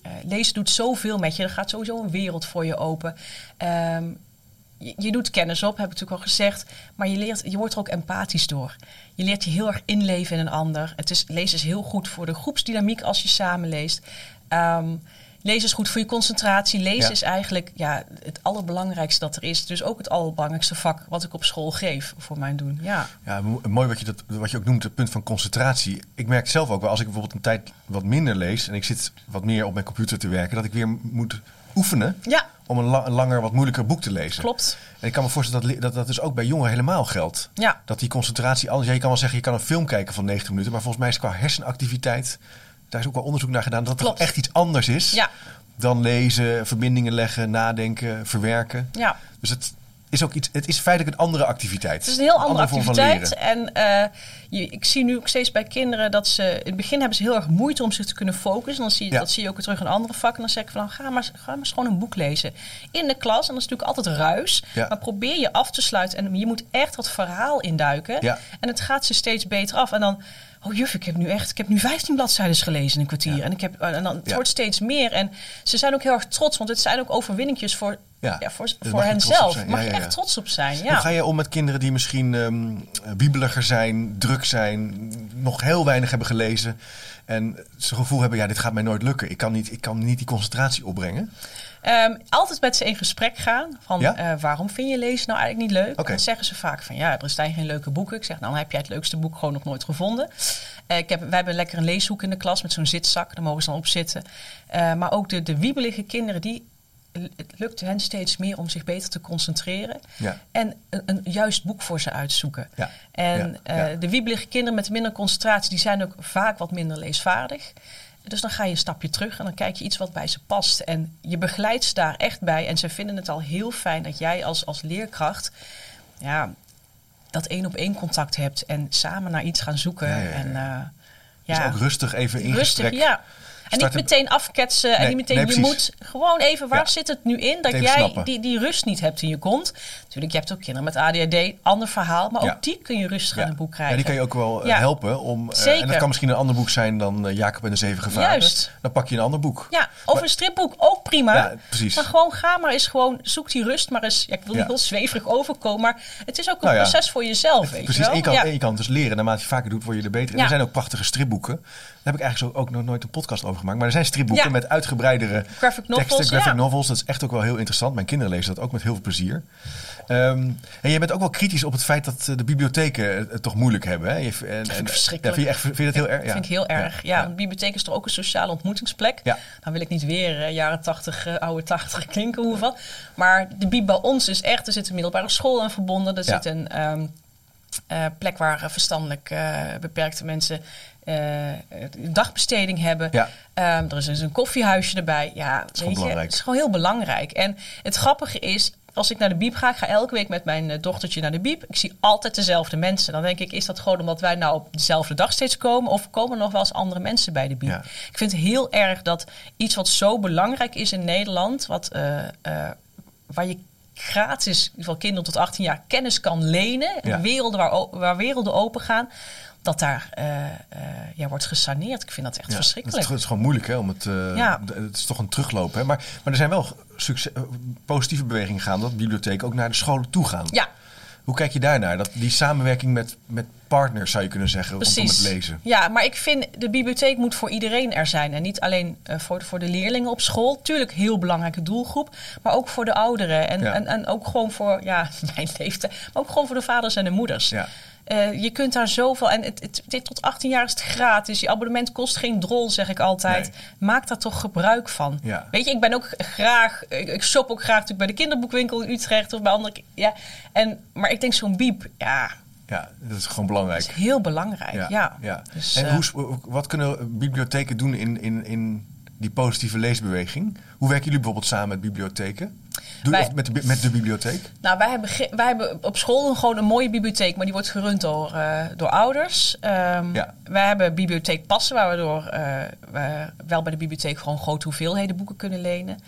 uh, lezen doet zoveel met je. Er gaat sowieso een wereld voor je open. Um, je, je doet kennis op, heb ik natuurlijk al gezegd. Maar je, leert, je wordt er ook empathisch door. Je leert je heel erg inleven in een ander. Het is, lezen is heel goed voor de groepsdynamiek als je samen leest. Um, Lezen is goed voor je concentratie. Lezen ja. is eigenlijk ja, het allerbelangrijkste dat er is. Dus ook het allerbelangrijkste vak wat ik op school geef voor mijn doen. Ja, ja mooi wat je, dat, wat je ook noemt, het punt van concentratie. Ik merk zelf ook wel, als ik bijvoorbeeld een tijd wat minder lees en ik zit wat meer op mijn computer te werken, dat ik weer moet oefenen ja. om een, la, een langer, wat moeilijker boek te lezen. Klopt. En ik kan me voorstellen dat dat, dat dus ook bij jongeren helemaal geldt. Ja. Dat die concentratie anders. Ja, je kan wel zeggen, je kan een film kijken van negentig minuten, maar volgens mij is qua hersenactiviteit, daar is ook wel onderzoek naar gedaan, dat het toch echt iets anders is. Ja. Dan lezen, verbindingen leggen, nadenken, verwerken. Ja. Dus het is ook iets. Het is feitelijk een andere activiteit. Het is een heel andere, andere activiteit. En uh, je, ik zie nu ook steeds bij kinderen dat ze in het begin hebben ze heel erg moeite om zich te kunnen focussen. Dan zie je, ja. dat zie je ook weer terug in andere vakken. En dan zeg ik van, ga maar, ga maar eens gewoon een boek lezen in de klas. En dat is natuurlijk altijd ruis. Ja. Maar probeer je af te sluiten en je moet echt dat verhaal induiken. Ja. En het gaat ze steeds beter af. En dan oh juf, ik heb nu echt, ik heb nu vijftien bladzijden gelezen in een kwartier. Ja. En, ik heb, en dan, het ja. wordt steeds meer. En ze zijn ook heel erg trots, want het zijn ook overwinningjes voor, ja. Ja, voor, voor hen zelf. Daar mag ja, ja, ja. je echt trots op zijn. Ja. Hoe ga je om met kinderen die misschien um, wiebeliger zijn, druk zijn, nog heel weinig hebben gelezen en ze gevoel hebben, ja, dit gaat mij nooit lukken. Ik kan niet, ik kan niet die concentratie opbrengen. Um, altijd met ze in gesprek gaan. Van ja? uh, waarom vind je lezen nou eigenlijk niet leuk? Okay. Dan zeggen ze vaak van ja, er zijn geen leuke boeken. Ik zeg nou, dan heb jij het leukste boek gewoon nog nooit gevonden. Uh, ik heb, wij hebben lekker een leeshoek in de klas met zo'n zitzak. Daar mogen ze dan op zitten. Uh, maar ook de, de wiebelige kinderen, die, het lukt hen steeds meer om zich beter te concentreren. Ja. En een, een juist boek voor ze uitzoeken. Ja. En ja. Ja. Uh, de wiebelige kinderen met minder concentratie, die zijn ook vaak wat minder leesvaardig. Dus dan ga je een stapje terug en dan kijk je iets wat bij ze past. En je begeleidt ze daar echt bij. En ze vinden het al heel fijn dat jij als, als leerkracht ja, dat één op één contact hebt. En samen naar iets gaan zoeken. Ja, ja, ja. En, uh, dus ja. ook rustig even in rustig, gesprek. Ja. En niet meteen afketsen. Nee, en niet meteen, nee, je moet gewoon even, waar ja. zit het nu in? Dat jij die, die rust niet hebt in je kont. Natuurlijk, je hebt ook kinderen met A D H D, ander verhaal. Maar ja. ook die kun je rustig ja. aan een boek krijgen. Ja, die kan je ook wel ja. helpen. Om, uh, en dat kan misschien een ander boek zijn dan uh, Jacob en de Zeven Gevaren. Juist. Dan pak je een ander boek. Ja, of maar, een stripboek, ook prima. Ja, precies. Maar gewoon ga maar eens gewoon, zoek die rust maar eens. Ja, ik wil niet ja. heel zweverig overkomen, maar het is ook een nou ja. proces voor jezelf. Weet precies, je wel? En je kan, ja. en je kan dus leren. Naarmate je vaker doet, word je er beter. En ja. er zijn ook prachtige stripboeken. Daar heb ik eigenlijk zo ook nog nooit een podcast over gemaakt. Maar er zijn stripboeken ja. met uitgebreidere graphic novels, teksten, graphic ja. novels. Dat is echt ook wel heel interessant. Mijn kinderen lezen dat ook met heel veel plezier. Um, en jij bent ook wel kritisch op het feit dat de bibliotheken het toch moeilijk hebben. Hè? Je, en, dat vind ik en, verschrikkelijk. Ja, vind, je echt, vind je dat heel erg? Ja. vind ik heel erg. Ja, ja. Een bibliotheek is toch ook een sociale ontmoetingsplek. Ja. Dan wil ik niet weer uh, jaren tachtig, uh, oude tachtig klinken hoe van. Maar de bib bij ons is echt, er zit een middelbare school aan verbonden. Er ja. zit een um, uh, plek waar uh, verstandelijk uh, beperkte mensen Uh, een dagbesteding hebben. Ja. Um, er is dus een koffiehuisje erbij. Ja, dat is gewoon belangrijk. Het is gewoon heel belangrijk. En het grappige is, als ik naar de bieb ga, ik ga elke week met mijn uh, dochtertje naar de bieb. Ik zie altijd dezelfde mensen. Dan denk ik, is dat gewoon omdat wij nou op dezelfde dag steeds komen? Of komen er nog wel eens andere mensen bij de bieb? Ja. Ik vind het heel erg dat iets wat zo belangrijk is in Nederland, wat, uh, uh, waar je gratis, in ieder geval kinderen tot achttien jaar, kennis kan lenen. Ja. Werelden waar, waar werelden open gaan. Dat daar uh, uh, ja, wordt gesaneerd. Ik vind dat echt ja, verschrikkelijk. Het is, het is gewoon moeilijk, hè? Om het, uh, ja. d- het is toch een terugloop. Hè? Maar, maar er zijn wel succes, uh, positieve bewegingen gaan dat bibliotheken ook naar de scholen toe gaan. Ja. Hoe kijk je daarnaar? Dat, die samenwerking met, met partners, zou je kunnen zeggen, Precies. rondom het lezen. Ja, maar ik vind de bibliotheek moet voor iedereen er zijn. En niet alleen uh, voor, de, voor de leerlingen op school. Tuurlijk, heel belangrijke doelgroep. Maar ook voor de ouderen. En, ja. en, en ook gewoon voor ja, mijn leeftijd. Maar ook gewoon voor de vaders en de moeders. Ja. Uh, je kunt daar zoveel... En het, het, dit tot achttien jaar is het gratis. Je abonnement kost geen drol, zeg ik altijd. Nee. Maak daar toch gebruik van. Ja. Weet je, ik ben ook graag... Ik, ik shop ook graag natuurlijk bij de kinderboekwinkel in Utrecht of bij andere... Ja. En, maar ik denk zo'n bieb, ja... Ja, dat is gewoon belangrijk. Dat is heel belangrijk, ja. ja. ja. Dus, en uh, hoe, wat kunnen bibliotheken doen in, in, in die positieve leesbeweging? Hoe werken jullie bijvoorbeeld samen met bibliotheken? Doe je wij, met, de, met de bibliotheek? Nou, wij hebben, wij hebben op school gewoon een mooie bibliotheek, maar die wordt gerund door, uh, door ouders. Um, ja. Wij hebben bibliotheekpassen, waardoor uh, we wel bij de bibliotheek gewoon grote hoeveelheden boeken kunnen lenen.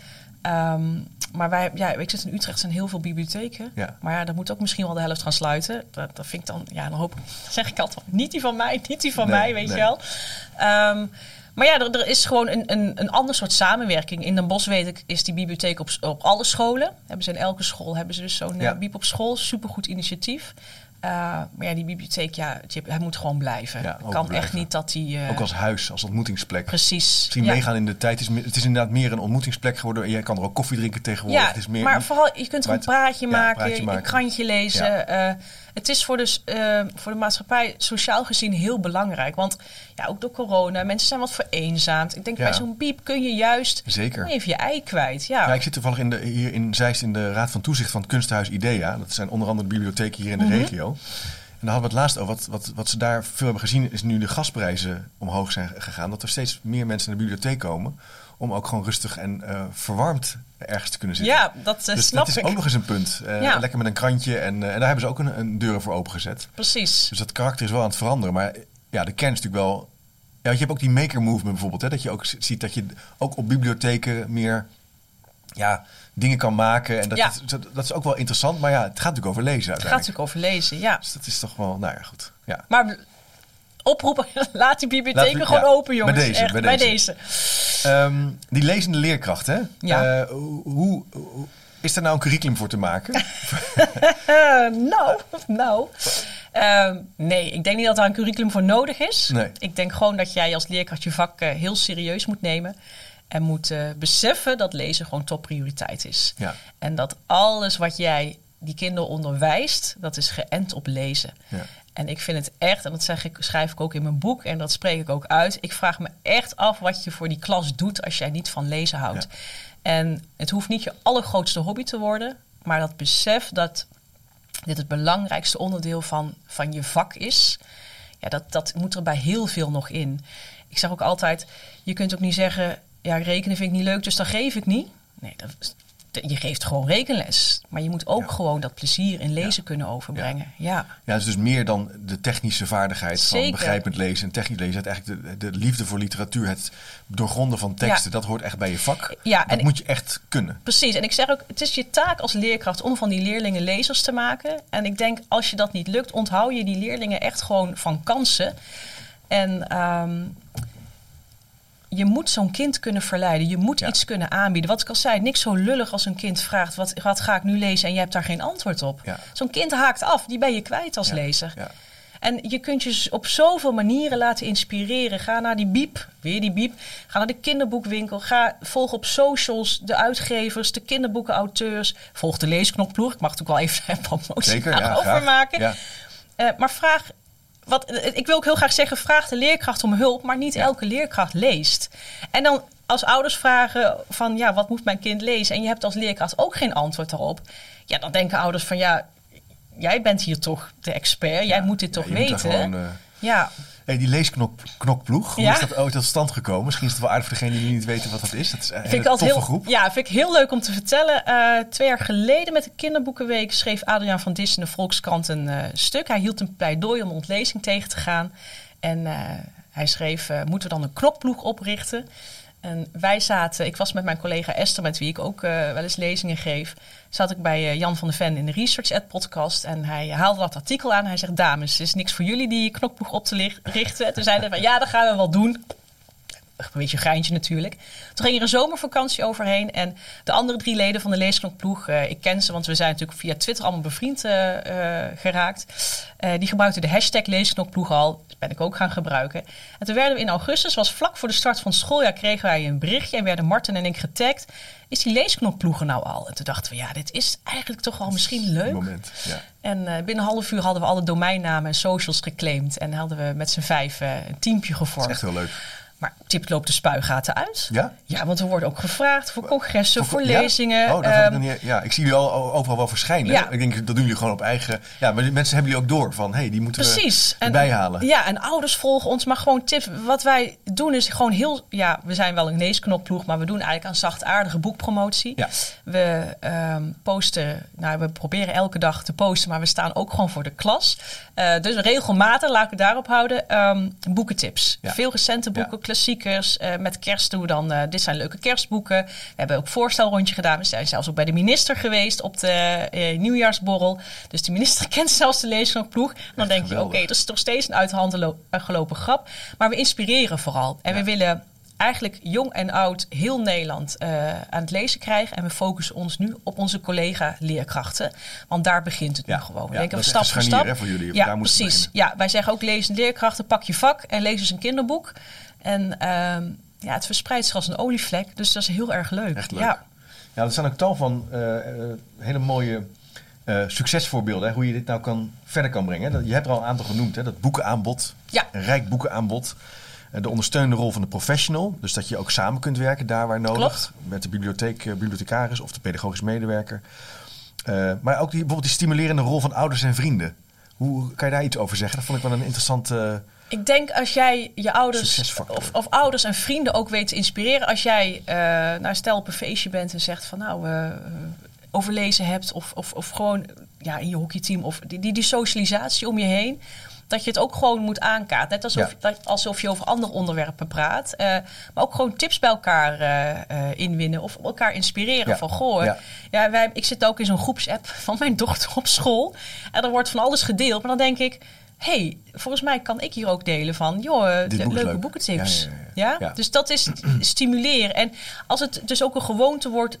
Um, maar wij, ja, ik zit in Utrecht, er zijn heel veel bibliotheken. Ja. Maar ja, dan moet ook misschien wel de helft gaan sluiten. Dat, dat vind ik dan, ja, dan hoop ik, zeg ik altijd, niet die van mij, niet die van nee, mij, weet nee. je wel. Um, Maar ja, er, er is gewoon een, een, een ander soort samenwerking. In Den Bosch, weet ik, is die bibliotheek op, op alle scholen. Hebben ze in elke school hebben ze dus zo'n ja. uh, bieb op school. Supergoed initiatief. Uh, maar ja, die bibliotheek, ja, hij moet gewoon blijven. Ja, kan blijven. Echt niet dat hij... Uh... Ook als huis, als ontmoetingsplek. Precies. Misschien ja. meegaan in de tijd. Het is, het is inderdaad meer een ontmoetingsplek geworden. Je kan er ook koffie drinken tegenwoordig. Ja, het is meer, maar vooral, je kunt er een praatje, ja, maken, praatje maken, een krantje lezen. Ja. Uh, het is voor de, uh, voor de maatschappij sociaal gezien heel belangrijk. Want ja, ook door corona, mensen zijn wat vereenzaamd. Ik denk, ja. bij zo'n bieb kun je juist Zeker. even je ei kwijt. Ja. Ja, ik zit toevallig in de, hier in Zeist in de Raad van Toezicht van het Kunsthuis IDEA. Dat zijn onder andere de bibliotheken hier in de mm-hmm. regio. En daar hadden we het laatst over. Wat, wat, wat ze daar veel hebben gezien is nu de gasprijzen omhoog zijn gegaan. Dat er steeds meer mensen naar de bibliotheek komen. Om ook gewoon rustig en uh, verwarmd ergens te kunnen zitten. Ja, dat uh, dus snap dat ik. is ook nog eens een punt. Uh, ja. Lekker met een krantje. En, uh, en daar hebben ze ook een, een deuren voor opengezet. Precies. Dus dat karakter is wel aan het veranderen. Maar ja, de kern is natuurlijk wel... Ja, je hebt ook die maker movement bijvoorbeeld. Hè, dat je ook ziet dat je ook op bibliotheken meer... Ja, dingen kan maken. En dat, ja. dat, dat is ook wel interessant. Maar ja, het gaat natuurlijk over lezen. Het gaat natuurlijk over lezen, ja. Dus dat is toch wel, nou ja, goed. Ja. Maar oproepen, laat die bibliotheken laat, gewoon ja, open, jongens. Bij deze. Echt, bij bij deze. deze. Um, die lezende leerkracht, hè? Ja. Uh, hoe, hoe, is er nou een curriculum voor te maken? nou, nou. Uh, nee, ik denk niet dat daar een curriculum voor nodig is. Nee. Ik denk gewoon dat jij als leerkracht je vak uh, heel serieus moet nemen. En moet uh, beseffen dat lezen gewoon topprioriteit is. Ja. En dat alles wat jij die kinderen onderwijst, dat is geënt op lezen. Ja. En ik vind het echt, en dat zeg ik, schrijf ik ook in mijn boek en dat spreek ik ook uit. Ik vraag me echt af wat je voor die klas doet als jij niet van lezen houdt. Ja. En het hoeft niet je allergrootste hobby te worden, maar dat besef dat dit het belangrijkste onderdeel van, van je vak is, ja, dat, dat moet er bij heel veel nog in. Ik zeg ook altijd, je kunt ook niet zeggen, ja, rekenen vind ik niet leuk, dus dat geef ik niet. Nee, dat, je geeft gewoon rekenles. Maar je moet ook ja. gewoon dat plezier in lezen ja. kunnen overbrengen. Ja. Ja. ja, dus, dus meer dan de technische vaardigheid Zeker. van begrijpend lezen en technisch lezen. Het eigenlijk de, de liefde voor literatuur, het doorgronden van teksten, ja. dat hoort echt bij je vak. Ja, dat moet je echt kunnen. Precies. En ik zeg ook, het is je taak als leerkracht om van die leerlingen lezers te maken. En ik denk, als je dat niet lukt, onthoud je die leerlingen echt gewoon van kansen. En Um, je moet zo'n kind kunnen verleiden. Je moet ja. iets kunnen aanbieden. Wat ik al zei, niks zo lullig als een kind vraagt, wat, wat ga ik nu lezen? En je hebt daar geen antwoord op. Ja. Zo'n kind haakt af. Die ben je kwijt als ja. lezer. Ja. En je kunt je op zoveel manieren laten inspireren. Ga naar die bieb. Weer die bieb. Ga naar de kinderboekwinkel. Ga volg op socials de uitgevers, de kinderboekenauteurs. Volg de leesknopploeg. Ik mag natuurlijk wel even een promotie Zeker, ja, over maken. Ja. Uh, maar vraag... Wat, ik wil ook heel graag zeggen, vraag de leerkracht om hulp, maar niet ja. elke leerkracht leest. En dan als ouders vragen van, ja, wat moet mijn kind lezen? En je hebt als leerkracht ook geen antwoord daarop. Ja, dan denken ouders van, ja, jij bent hier toch de expert. Jij ja. moet dit toch ja, weten. Gewoon, uh... Ja. Hey, die leesknokploeg, hoe ja? is dat ooit tot stand gekomen? Misschien is het wel aardig voor degenen die niet weten wat dat is. Dat is een hele toffe heel, groep. Ja, vind ik heel leuk om te vertellen. Uh, twee jaar geleden met de Kinderboekenweek schreef Adriaan van Dis in de Volkskrant een uh, stuk. Hij hield een pleidooi om de ontlezing tegen te gaan. En uh, hij schreef, uh, moeten we dan een knokploeg oprichten? En wij zaten, ik was met mijn collega Esther, met wie ik ook uh, wel eens lezingen geef, zat ik bij uh, Jan van de Ven in de Research Ed podcast. En hij haalde dat artikel aan. Hij zegt, dames, het is niks voor jullie die knokploeg op te richten. En toen zeiden we van, ja, dat gaan we wel doen. Een beetje een geintje natuurlijk. Toen ging er een zomervakantie overheen. En de andere drie leden van de leesknokploeg, uh, ik ken ze, want we zijn natuurlijk via Twitter allemaal bevriend uh, uh, geraakt. Uh, die gebruikten de hashtag leesknokploeg al. Dat ben ik ook gaan gebruiken. En toen werden we in augustus, was vlak voor de start van het schooljaar, kregen wij een berichtje en werden Martin en ik getagd. Is die leesknokploeg er nou al? En toen dachten we, ja, dit is eigenlijk toch wel misschien leuk. Moment, ja. En uh, binnen een half uur hadden we alle domeinnamen en socials geclaimd. En hadden we met z'n vijf uh, een teampje gevormd. Dat is echt heel leuk. Maar Tip loopt de spuigaten uit. Ja? Ja, want we worden ook gevraagd voor congressen, voor, voor ja? lezingen. Oh, dat um, ik niet, ja, ik zie jullie al overal wel verschijnen. Ja. Ik denk, dat doen jullie gewoon op eigen... Ja, maar die mensen hebben jullie ook door van, hé, hey, die moeten Precies. we erbij halen. Ja, en ouders volgen ons. Maar gewoon Tip, wat wij doen is gewoon heel... Ja, we zijn wel een leesknopploeg, maar we doen eigenlijk aan zachtaardige boekpromotie. Ja. We um, posten, nou, we proberen elke dag te posten, maar we staan ook gewoon voor de klas. Uh, dus regelmatig, laat ik het daarop houden, um, boekentips. Ja. Veel recente boeken, ja. klassieke stickers. Uh, met kerst doen we dan, uh, dit zijn leuke kerstboeken. We hebben ook voorstelrondje gedaan. We zijn zelfs ook bij de minister geweest op de uh, nieuwjaarsborrel. Dus de minister kent zelfs de leesknokploeg. En dan denk je, oké, okay, dat is toch steeds een uit de hand lo- uh, gelopen grap. Maar we inspireren vooral. En ja. we willen eigenlijk jong en oud heel Nederland uh, aan het lezen krijgen. En we focussen ons nu op onze collega-leerkrachten. Want daar begint het ja, nu gewoon. We ja, denken dat we is stap voor stap. Hè, voor jullie. Ja, daar precies. Ja, wij zeggen ook lezen leerkrachten, pak je vak en lees eens een kinderboek. En uh, ja, het verspreidt zich als een olievlek. Dus dat is heel erg leuk. Echt leuk. Ja, ja er zijn ook tal van uh, uh, hele mooie uh, succesvoorbeelden. Hè, hoe je dit nou kan, verder kan brengen. Je hebt er al een aantal genoemd. Hè, dat boekenaanbod. Ja. Een rijk boekenaanbod. De ondersteunende rol van de professional. Dus dat je ook samen kunt werken daar waar nodig. Klopt. Met de bibliotheek, bibliothecaris of de pedagogisch medewerker. Uh, maar ook die, bijvoorbeeld die stimulerende rol van ouders en vrienden. Hoe kan je daar iets over zeggen? Dat vond ik wel een interessante... Uh, ik denk als jij je ouders of, of ouders en vrienden ook weet te inspireren. Als jij, uh, nou stel op een feestje bent en zegt van nou... Uh, overlezen hebt of, of, of gewoon ja, in je hockeyteam. Of die, die, die socialisatie om je heen. Dat je het ook gewoon moet aankaarten. Net alsof, ja. alsof je over andere onderwerpen praat. Uh, maar ook gewoon tips bij elkaar uh, uh, inwinnen. Of elkaar inspireren. Ja. Van goh, ja. Ja, wij, ik zit ook in zo'n groepsapp van mijn dochter op school. En er wordt van alles gedeeld. Maar dan denk ik... hé, hey, volgens mij kan ik hier ook delen van... joh, le- leuke leuk. boekentips. Ja, ja, ja. Ja? Ja? Dus dat is stimuleren. En als het dus ook een gewoonte wordt...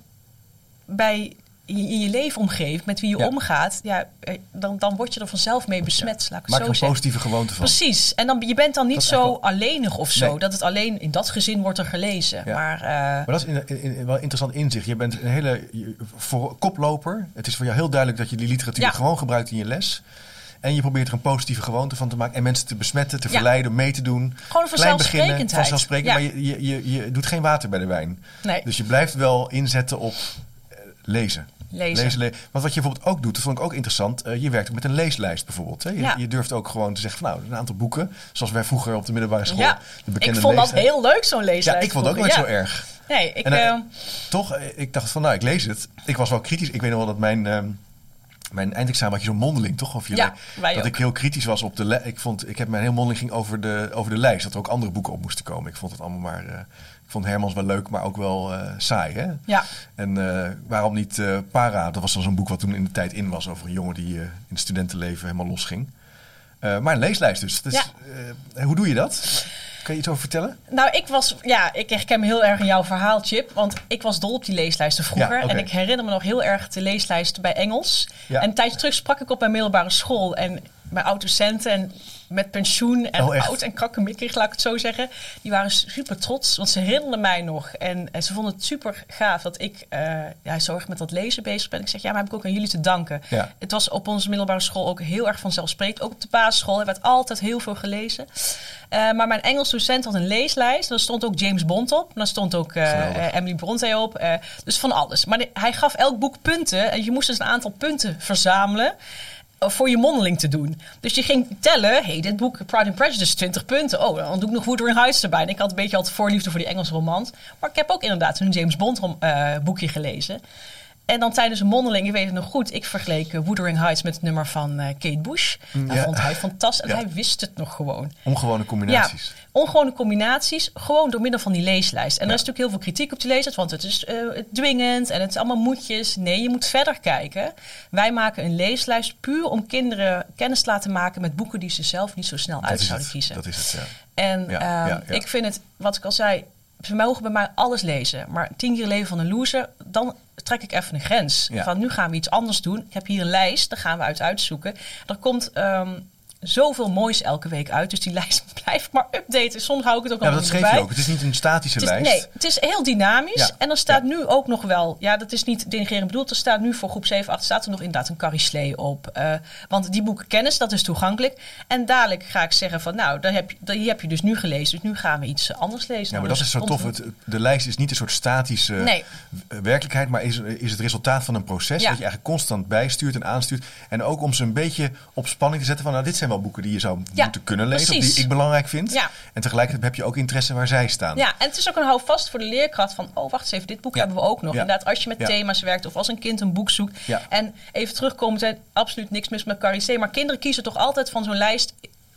bij... in je leefomgeving, met wie je ja. omgaat, ja, dan, dan word je er vanzelf mee besmet. Ja. Laat ik het Maak zo er een zeggen. positieve gewoonte van. Precies. En dan, je bent dan niet dat zo wel... alleenig of zo. Nee. Dat het alleen in dat gezin wordt er gelezen. Ja. Maar, uh... maar dat is in, in, in, wel een interessant inzicht. Je bent een hele voor, koploper. Het is voor jou heel duidelijk dat je die literatuur ja. gewoon gebruikt in je les. En je probeert er een positieve gewoonte van te maken. En mensen te besmetten, te ja. verleiden, mee te doen. Gewoon een vanzelfsprekendheid. Vanzelfsprekend, ja. Maar je, je, je, je doet geen water bij de wijn. Nee. Dus je blijft wel inzetten op uh, lezen. Lezen. Lezen, le- Want wat je bijvoorbeeld ook doet, dat vond ik ook interessant. Uh, je werkt ook met een leeslijst bijvoorbeeld. Hè? Je, ja. je durft ook gewoon te zeggen van nou, een aantal boeken. Zoals wij vroeger op de middelbare school. Ja. De bekende ik vond leeslijst. dat heel leuk, zo'n leeslijst. Ja, ik vond het ook nooit ja. zo erg. Nee, ik... En, uh, uh... toch, ik dacht van nou, ik lees het. Ik was wel kritisch. Ik weet nog wel dat mijn... Uh, Mijn eindexamen had je zo'n mondeling, toch? Of je ja, wij dat ook. ik heel kritisch was op de lijst. Ik vond, ik heb mijn heel mondeling ging over de, over de lijst. Dat er ook andere boeken op moesten komen. Ik vond het allemaal maar... Uh, ik vond Hermans wel leuk, maar ook wel uh, saai. Hè? Ja. En uh, waarom niet uh, Para? Dat was dan zo'n boek wat toen in de tijd in was. Over een jongen die uh, in het studentenleven helemaal losging. Uh, maar een leeslijst dus. dus ja. uh, hoe doe je dat? Kan je iets over vertellen? Nou, ik was, ja, ik herken me heel erg in jouw verhaal, Chip. Want ik was dol op die leeslijsten vroeger. Ja, okay. En ik herinner me nog heel erg de leeslijst bij Engels. Ja. En een tijdje terug sprak ik op mijn middelbare school. En mijn oud-docenten en met pensioen en oh, oud en krakkemikkig, laat ik het zo zeggen. Die waren super trots, want ze herinnerden mij nog. En, en ze vonden het super gaaf dat ik uh, ja, zo erg met dat lezen bezig ben. Ik zeg, ja, maar heb ik ook aan jullie te danken. Ja. Het was op onze middelbare school ook heel erg vanzelfsprekend. Ook op de basisschool, er werd altijd heel veel gelezen. Uh, maar mijn Engels docent had een leeslijst. Daar stond ook James Bond op. Daar stond ook uh, uh, Emily Brontë op. Uh, dus van alles. Maar de, hij gaf elk boek punten. En je moest dus een aantal punten verzamelen voor je mondeling te doen. Dus je ging tellen, hey, dit boek Pride and Prejudice, twintig punten. Oh, dan doe ik nog Wuthering Heights erbij. En ik had een beetje altijd voorliefde voor die Engelse romans. Maar ik heb ook inderdaad een James Bond uh, boekje gelezen. En dan tijdens een mondeling, je weet het nog goed, ik vergeleek uh, Wuthering Heights met het nummer van uh, Kate Bush. Dat ja. vond hij fantastisch. En ja. hij wist het nog gewoon. Ongewone combinaties. Ja, ongewone combinaties, gewoon door middel van die leeslijst. En ja. er is natuurlijk heel veel kritiek op die leeslijst, want het is uh, dwingend en het is allemaal moedjes. Nee, je moet verder kijken. Wij maken een leeslijst puur om kinderen kennis te laten maken met boeken die ze zelf niet zo snel dat uit zouden het. kiezen. Dat is het, ja. En ja, uh, ja, ja. ik vind het, wat ik al zei, ze mogen bij mij alles lezen. Maar tien keer leven van een loser, dan trek ik even een grens. Ja. Van nu gaan we iets anders doen. Ik heb hier een lijst, daar gaan we uit uitzoeken. Er komt um, zoveel moois elke week uit. Dus die lijst blijft maar updaten. Soms hou ik het ook ja, al dat schreef bij. je ook. Het is niet een statische het is, lijst. Nee, het is heel dynamisch. Ja. En er staat ja. nu ook nog wel... Ja, dat is niet denigrerend bedoeld. Er staat nu voor groep zeven, acht staat er nog inderdaad een Carrie Slee op. Uh, want die boeken kennis, dat is toegankelijk. En dadelijk ga ik zeggen van... Nou, daar heb je, die heb je dus nu gelezen. Dus nu gaan we iets anders lezen. Ja, maar dus dat is zo tof. Het, de lijst is niet een soort statische nee. werkelijkheid. Maar is, is het resultaat van een proces. Ja. Dat je eigenlijk constant bijstuurt en aanstuurt. En ook om ze een beetje op spanning te zetten. Van nou, dit zijn wel boeken die je zou ja, moeten kunnen lezen. Precies. Of die ik belangrijk vind. Ja. En tegelijkertijd heb je ook interesse waar zij staan. Ja, en het is ook een houvast voor de leerkracht van... oh, wacht eens even, dit boek ja. hebben we ook nog. Ja. Inderdaad, als je met ja. thema's werkt of als een kind een boek zoekt. Ja. En even terugkomen, er absoluut niks mis met Carrie Slee. Maar kinderen kiezen toch altijd van zo'n lijst...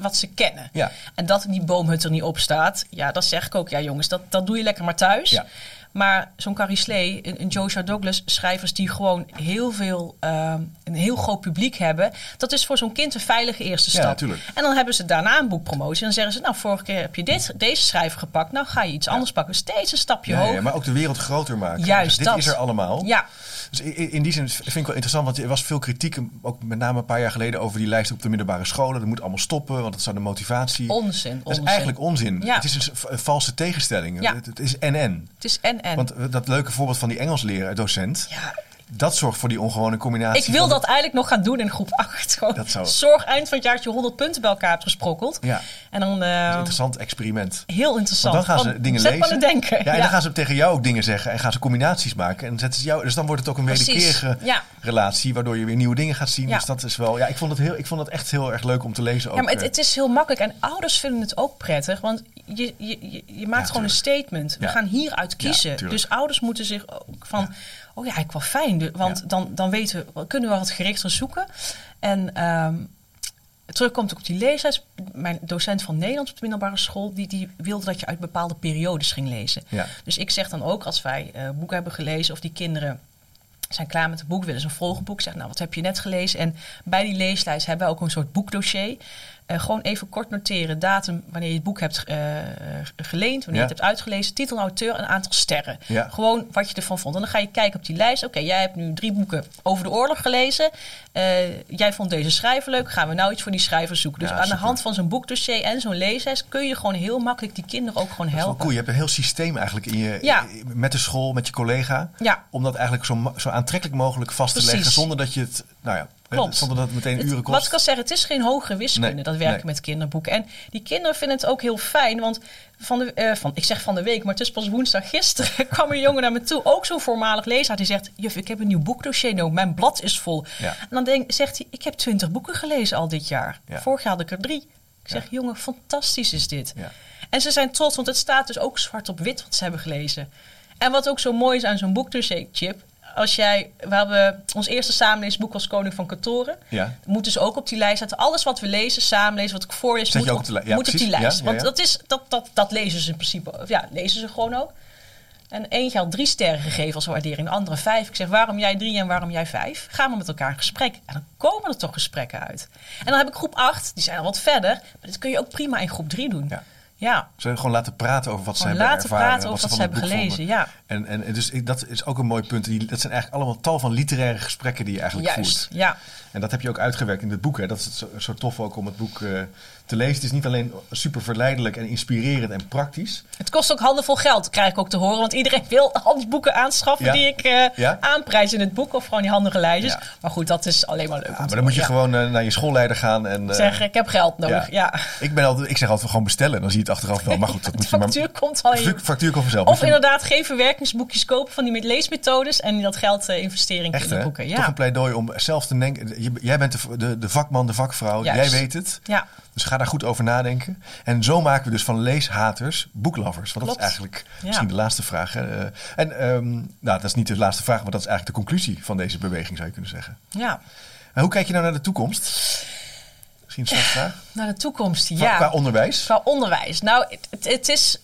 wat ze kennen. Ja. En dat die boomhut er niet op staat, ja, dat zeg ik ook. Ja, jongens, dat, dat doe je lekker maar thuis. Ja. Maar zo'n Carrie Slee en, en Joshua Douglas, schrijvers die gewoon heel veel, uh, een heel groot publiek hebben. Dat is voor zo'n kind een veilige eerste stap. Ja, natuurlijk. En dan hebben ze daarna een boekpromotie. En dan zeggen ze, nou, vorige keer heb je dit, deze schrijver gepakt. Nou, ga je iets ja. anders pakken. Steeds een stapje ja, hoger. Ja, maar ook de wereld groter maken. Juist dus dit dat. is er allemaal. Ja. Dus in, in die zin vind ik wel interessant, want er was veel kritiek, ook met name een paar jaar geleden, over die lijst op de middelbare scholen. Dat moet allemaal stoppen, want dat zou de motivatie... Onzin. Dat onzin. is eigenlijk onzin. Ja. Het is een, een valse tegenstelling. Ja. Het, het is en-en. Het is en-en. Want dat leuke voorbeeld van die Engelsleraar, docent... Ja. Dat zorgt voor die ongewone combinatie. Ik wil van dat het... eigenlijk nog gaan doen in groep acht. Gewoon. Dat zou... Zorg eind van het jaar dat je honderd punten bij elkaar hebt gesprokkeld. Ja. En dan, uh... dat is een interessant experiment. Heel interessant. Want dan gaan ze Want dingen zet lezen. Maar aan denken. Ja, en ja. dan gaan ze tegen jou ook dingen zeggen. En gaan ze combinaties maken. En zetten ze jou... Dus dan wordt het ook een wederkerige ja. relatie. Waardoor je weer nieuwe dingen gaat zien. Ja. Dus dat is wel... Ja, ik vond het, heel, ik vond het echt heel erg leuk om te lezen. Ook. Ja, maar het, het is heel makkelijk. En ouders vinden het ook prettig. Want je, je, je, je maakt ja, gewoon een statement. We ja. gaan hieruit kiezen. Ja, dus ouders moeten zich ook van... Ja. Oh ja, ik wel fijn. Want ja. dan, dan weten we, kunnen we wat gerichter zoeken. En um, terugkomt ook op die leesles. Mijn docent van Nederlands op de middelbare school... die, die wilde dat je uit bepaalde periodes ging lezen. Ja. Dus ik zeg dan ook, als wij uh, boeken hebben gelezen... of die kinderen zijn klaar met het boek, willen ze een volgeboek. Zeg, nou, wat heb je net gelezen? En bij die leeslijst hebben we ook een soort boekdossier... Uh, gewoon even kort noteren, datum, wanneer je het boek hebt uh, geleend, wanneer ja. je het hebt uitgelezen, titel, auteur, een aantal sterren. Ja. Gewoon wat je ervan vond. En dan ga je kijken op die lijst. Oké, okay, jij hebt nu drie boeken over de oorlog gelezen. Uh, jij vond deze schrijver leuk. Gaan we nou iets voor die schrijver zoeken? Dus ja, aan super. de hand van zo'n boekdossier en zo'n leeslijst kun je gewoon heel makkelijk die kinderen ook gewoon helpen. Dat is wel cool. Je hebt een heel systeem eigenlijk in je, ja. met de school, met je collega. Ja. Om dat eigenlijk zo, zo aantrekkelijk mogelijk vast te Precies. leggen, zonder dat je het, nou ja, Klopt. zonder dat het meteen het, uren kost. Wat ik al zeggen, het is geen hogere wiskunde, nee, dat werken nee. met kinderboeken. En die kinderen vinden het ook heel fijn, want van de, uh, van, ik zeg van de week, maar het is pas woensdag gisteren, kwam een jongen naar me toe, ook zo'n voormalig lezer, die zegt, juf, ik heb een nieuw boekdossier nodig, mijn blad is vol. Ja. En dan denk, zegt hij, ik heb twintig boeken gelezen al dit jaar. Ja. Vorig jaar had ik er drie. Ik zeg, ja. jongen, fantastisch is dit. Ja. En ze zijn trots, want het staat dus ook zwart op wit wat ze hebben gelezen. En wat ook zo mooi is aan zo'n boekdossier, Chip... Als jij, we hebben ons eerste samenleesboek was Koning van Katoren. Ja. Moet dus ook op die lijst zetten. Alles wat we lezen, samenlezen, wat ik voorlees, moet, op, li- ja, moet op die lijst. Ja, ja, ja. Want dat, is, dat, dat, dat lezen ze in principe. Ja, lezen ze gewoon ook. En eentje had drie sterren gegeven als waardering, de andere vijf. Ik zeg, waarom jij drie en waarom jij vijf? Gaan we met elkaar in gesprek. En dan komen er toch gesprekken uit. En dan heb ik groep acht, die zijn al wat verder. Maar dit kun je ook prima in groep drie doen. Ja. Ja. Ze gewoon laten praten over wat gewoon ze hebben ervaren. Laten praten over wat, wat ze hebben gelezen, ja. En, en dus dat is ook een mooi punt. Die, dat zijn eigenlijk allemaal tal van literaire gesprekken die je eigenlijk Juist, voert. Ja. En dat heb je ook uitgewerkt in het boek. Hè. Dat is zo, zo tof ook om het boek uh, te lezen. Het is niet alleen super verleidelijk en inspirerend en praktisch. Het kost ook handenvol geld, krijg ik ook te horen. Want iedereen wil al die boeken aanschaffen ja. die ik uh, ja? aanprijs in het boek. Of gewoon die handige lijstjes. Ja. Maar goed, dat is alleen maar leuk. Ja, maar dan moet je ja. gewoon uh, naar je schoolleider gaan. En uh, zeggen, ik heb geld nodig. Ja. Ja. Ik, ben altijd, ik zeg altijd gewoon bestellen. Dan zie je het achteraf wel. Maar goed, dat moet je maar... factuur komt al in. Factuur komt vanzelf. Of inderdaad geen verwerkingsboekjes kopen van die met leesmethodes. En dat geld uh, investeren in Echt, kinderboeken. Ja. Toch een pleidooi om zelf te denken. Je, jij bent de, de, de vakman, de vakvrouw. Juist. Jij weet het. Ja. Dus ga daar goed over nadenken. En zo maken we dus van leeshaters boeklovers. Want dat Klopt. is eigenlijk ja. misschien de laatste vraag. Hè. En um, nou, dat is niet de laatste vraag, maar dat is eigenlijk de conclusie van deze beweging, zou je kunnen zeggen. Ja. En hoe kijk je nou naar de toekomst? Misschien een soort vraag. Naar de toekomst, ja. Qua, qua onderwijs? Qua onderwijs. Nou, het, het, het is...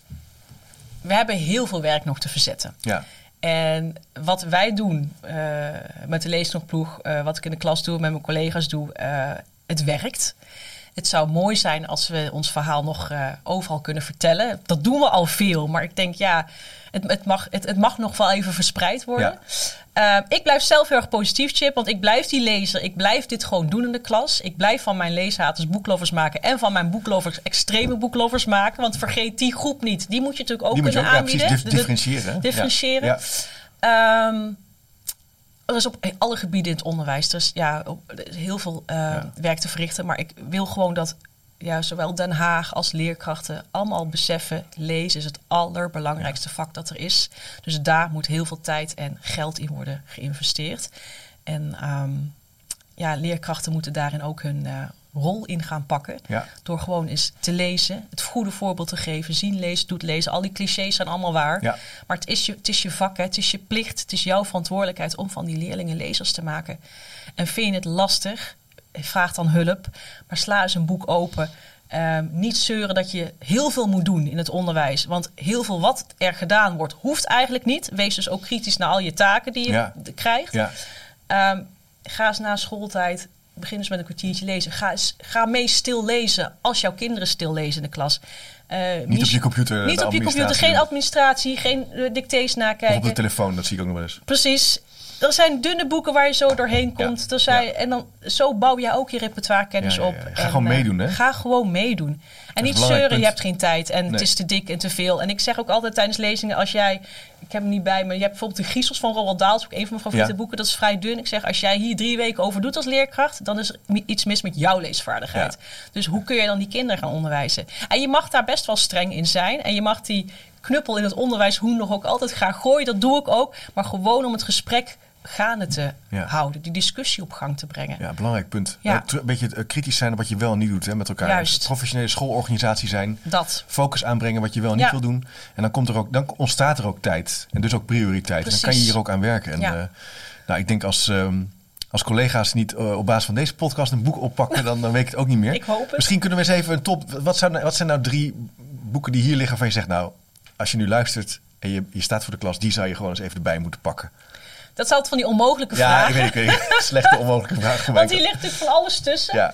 We hebben heel veel werk nog te verzetten. Ja. En wat wij doen uh, met de leesnogploeg, uh, wat ik in de klas doe, met mijn collega's doe, uh, het werkt. Het zou mooi zijn als we ons verhaal nog uh, overal kunnen vertellen. Dat doen we al veel, maar ik denk ja, het, het, mag, het, het mag nog wel even verspreid worden. Ja. Uh, ik blijf zelf heel erg positief, Chip, want ik blijf die lezer. Ik blijf dit gewoon doen in de klas. Ik blijf van mijn leeshaters boeklovers maken en van mijn boeklovers extreme boeklovers maken. Want vergeet die groep niet. Die moet je natuurlijk ook die kunnen moet je ook, aanbieden. Ja, precies, differentiëren. De, de, differentiëren. Ja. Ja. Um, Er is op alle gebieden in het onderwijs dus, ja, er is heel veel uh, ja. werk te verrichten. Maar ik wil gewoon dat ja, zowel Den Haag als leerkrachten allemaal beseffen... lezen is het allerbelangrijkste ja. vak dat er is. Dus daar moet heel veel tijd en geld in worden geïnvesteerd. En um, ja, leerkrachten moeten daarin ook hun... Uh, rol in gaan pakken. Ja. Door gewoon eens te lezen. Het goede voorbeeld te geven. Zien, lezen, doet lezen. Al die clichés zijn allemaal waar. Ja. Maar het is, je, het is je vak. Hè. Het is je plicht. Het is jouw verantwoordelijkheid om van die leerlingen lezers te maken. En vind je het lastig? Vraag dan hulp. Maar sla eens een boek open. Um, niet zeuren dat je heel veel moet doen in het onderwijs. Want heel veel wat er gedaan wordt, hoeft eigenlijk niet. Wees dus ook kritisch naar al je taken die je ja. d- krijgt. Ja. Um, ga eens na schooltijd, begin eens met een kwartiertje lezen. Ga, eens, ga mee stil lezen als jouw kinderen stil lezen in de klas. Uh, niet mis, op je computer. Niet op je computer, geen administratie, geen uh, dictées nakijken. Of op de telefoon, dat zie ik ook nog wel eens. Precies. Er zijn dunne boeken waar je zo doorheen komt. Ja. Er zijn, ja. En dan, zo bouw je ook je repertoirekennis ja, ja, ja. op. Ga en, gewoon meedoen, hè? Ga gewoon meedoen. En niet zeuren, punt. Je hebt geen tijd en nee. Het is te dik en te veel. En ik zeg ook altijd tijdens lezingen, als jij... Ik heb hem niet bij me. Je hebt bijvoorbeeld de Griezels van Roald Dahl. Dat is ook een van mijn favoriete ja. boeken. Dat is vrij dun. Ik zeg, als jij hier drie weken over doet als leerkracht, dan is er iets mis met jouw leesvaardigheid. Ja. Dus hoe kun je dan die kinderen gaan onderwijzen? En je mag daar best wel streng in zijn. En je mag die knuppel in het onderwijs hoe nog ook altijd graag gooien. Dat doe ik ook. Maar gewoon om het gesprek gaande te ja. houden. Die discussie op gang te brengen. Ja, belangrijk punt. Ja. Een beetje uh, kritisch zijn op wat je wel en niet doet hè, met elkaar. Juist. Professionele schoolorganisatie zijn. Dat. Focus aanbrengen wat je wel en niet ja. wil doen. En dan, komt er ook, dan ontstaat er ook tijd. En dus ook prioriteit. Precies. En dan kan je hier ook aan werken. En, ja. uh, nou, ik denk als... Um, Als collega's niet uh, op basis van deze podcast een boek oppakken, dan, dan weet ik het ook niet meer. Ik hoop het. Misschien kunnen we eens even een top... Wat, zou, wat zijn nou drie boeken die hier liggen waarvan je zegt, nou, als je nu luistert en je, je staat voor de klas, die zou je gewoon eens even erbij moeten pakken? Dat is altijd van die onmogelijke ja, vragen. Ja, ik weet het. Slechte onmogelijke vragen. Want hier ligt natuurlijk van alles tussen. Ja.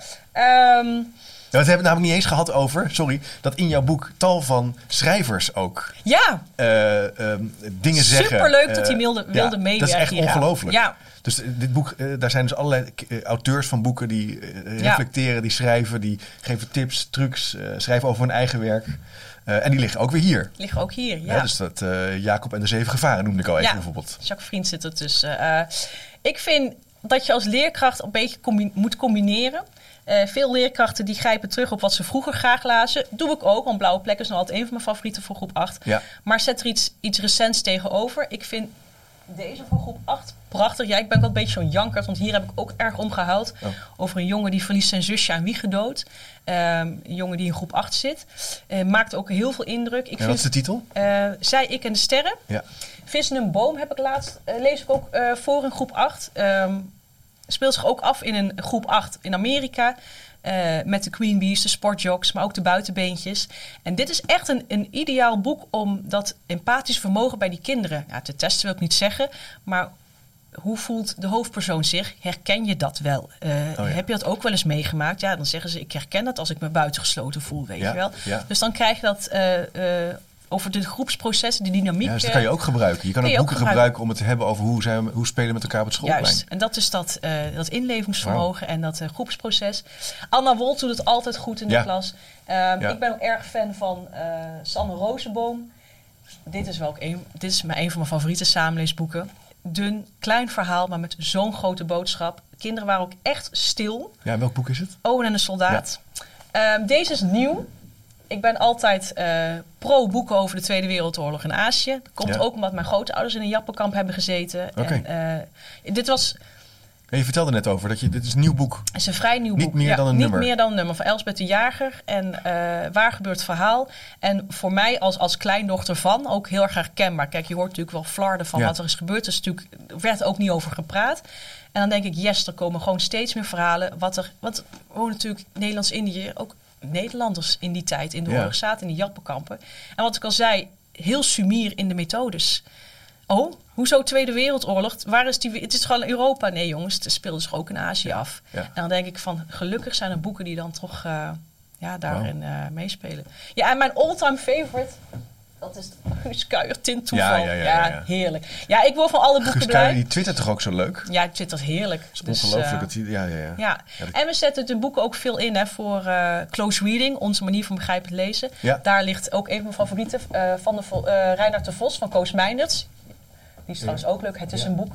Um, Ja, we hebben het namelijk niet eens gehad over, sorry, dat in jouw boek tal van schrijvers ook ja. uh, um, dingen zeggen. Superleuk uh, dat hij wilde, wilde ja, meewerken. Dat is echt ongelooflijk. Ja. Dus dit boek, uh, daar zijn dus allerlei uh, auteurs van boeken die uh, reflecteren, ja. die schrijven, die geven tips, trucs, uh, schrijven over hun eigen werk. Uh, en die liggen ook weer hier. Liggen ook hier, ja. ja dus dat uh, Jacob en de Zeven Gevaren noemde ik al even ja. bijvoorbeeld. Jacques Vriend zit er tussen. Uh, ik vind dat je als leerkracht een beetje combi- moet combineren. Uh, veel leerkrachten die grijpen terug op wat ze vroeger graag lazen. Doe ik ook, want Blauwe Plek is nog altijd een van mijn favorieten voor groep acht. Ja. Maar zet er iets, iets recents tegenover. Ik vind deze van groep acht prachtig. Ja, ik ben wel een beetje zo'n jankert, want hier heb ik ook erg om gehuild. Oh. Over een jongen die verliest zijn zusje aan wiegendood. Um, een jongen die in groep acht zit. Uh, maakt ook heel veel indruk. Ik en vind, wat is de titel? Uh, Zij, ik en de sterren. Ja. Vis in een boom heb ik laatst. Uh, lees ik ook uh, voor in groep acht. Um, speelt zich ook af in een groep acht in Amerika. Uh, met de queen bees, de sportjocks, maar ook de buitenbeentjes. En dit is echt een, een ideaal boek om dat empathisch vermogen bij die kinderen ja, te testen, wil ik niet zeggen. Maar hoe voelt de hoofdpersoon zich? Herken je dat wel? Uh, oh ja. Heb je dat ook wel eens meegemaakt? Ja, dan zeggen ze, ik herken dat als ik me buitengesloten voel, weet ja, je wel. Ja. Dus dan krijg je dat... Uh, uh, over de groepsprocessen, de dynamiek. Ja, dus dat kan je ook gebruiken. Je kan ook boeken gebruiken. gebruiken om het te hebben over hoe, zijn, hoe spelen met elkaar op het schoolplein. Juist, en dat is dat, uh, dat inlevingsvermogen wow. en dat uh, groepsproces. Anna Wolt doet het altijd goed in de ja. klas. Um, ja. Ik ben ook erg fan van uh, Sanne Rozenboom. Dit is wel ook een, dit is mijn, een van mijn favoriete samenleesboeken. Dun, klein verhaal, maar met zo'n grote boodschap. Kinderen waren ook echt stil. Ja, welk boek is het? Owen en de soldaat. Ja. Um, deze is nieuw. Ik ben altijd uh, pro-boeken over de Tweede Wereldoorlog in Azië. Dat komt ja. ook omdat mijn grootouders in een jappenkamp hebben gezeten. Okay. En, uh, dit was... En je vertelde net over dat je dit is een nieuw boek. Het is een vrij nieuw niet boek. Meer ja, dan een niet nummer. meer dan een nummer van Elsbeth de Jager. En uh, waar gebeurt verhaal? En voor mij als, als kleindochter van ook heel erg herkenbaar. Kijk, je hoort natuurlijk wel flarden van ja. wat er is gebeurd. Dus natuurlijk werd ook niet over gepraat. En dan denk ik, yes, er komen gewoon steeds meer verhalen. Wat er, want we wonen natuurlijk Nederlands-Indië ook... Nederlanders in die tijd in de oorlog ja. zaten in die jappenkampen. En wat ik al zei, heel sumier in de methodes. Oh, hoezo Tweede Wereldoorlog? Waar is die? Het is gewoon Europa. Nee jongens, het speelde zich ook in Azië ja. af. Ja. En dan denk ik van, gelukkig zijn er boeken die dan toch uh, ja, daarin uh, meespelen. Ja, en mijn all-time favorite... Dat is Guus Kuijer, Tintoeval. Ja, ja, ja, ja, ja. Heerlijk. Ja, ik word van alle boeken Guus blij. Kuijer, die twittert toch ook zo leuk? Ja, die twittert heerlijk. Het is dus, ongelooflijk. Uh, dat hij, ja, ja, ja. ja. ja dat... En we zetten de boeken ook veel in hè, voor uh, close reading. Onze manier van begrijpend lezen. Ja. Daar ligt ook een van mijn favorieten. Uh, van de uh, Reinhard de Vos van Koos Meijnerts. Die is trouwens ja. ook leuk. Het is ja. een boek.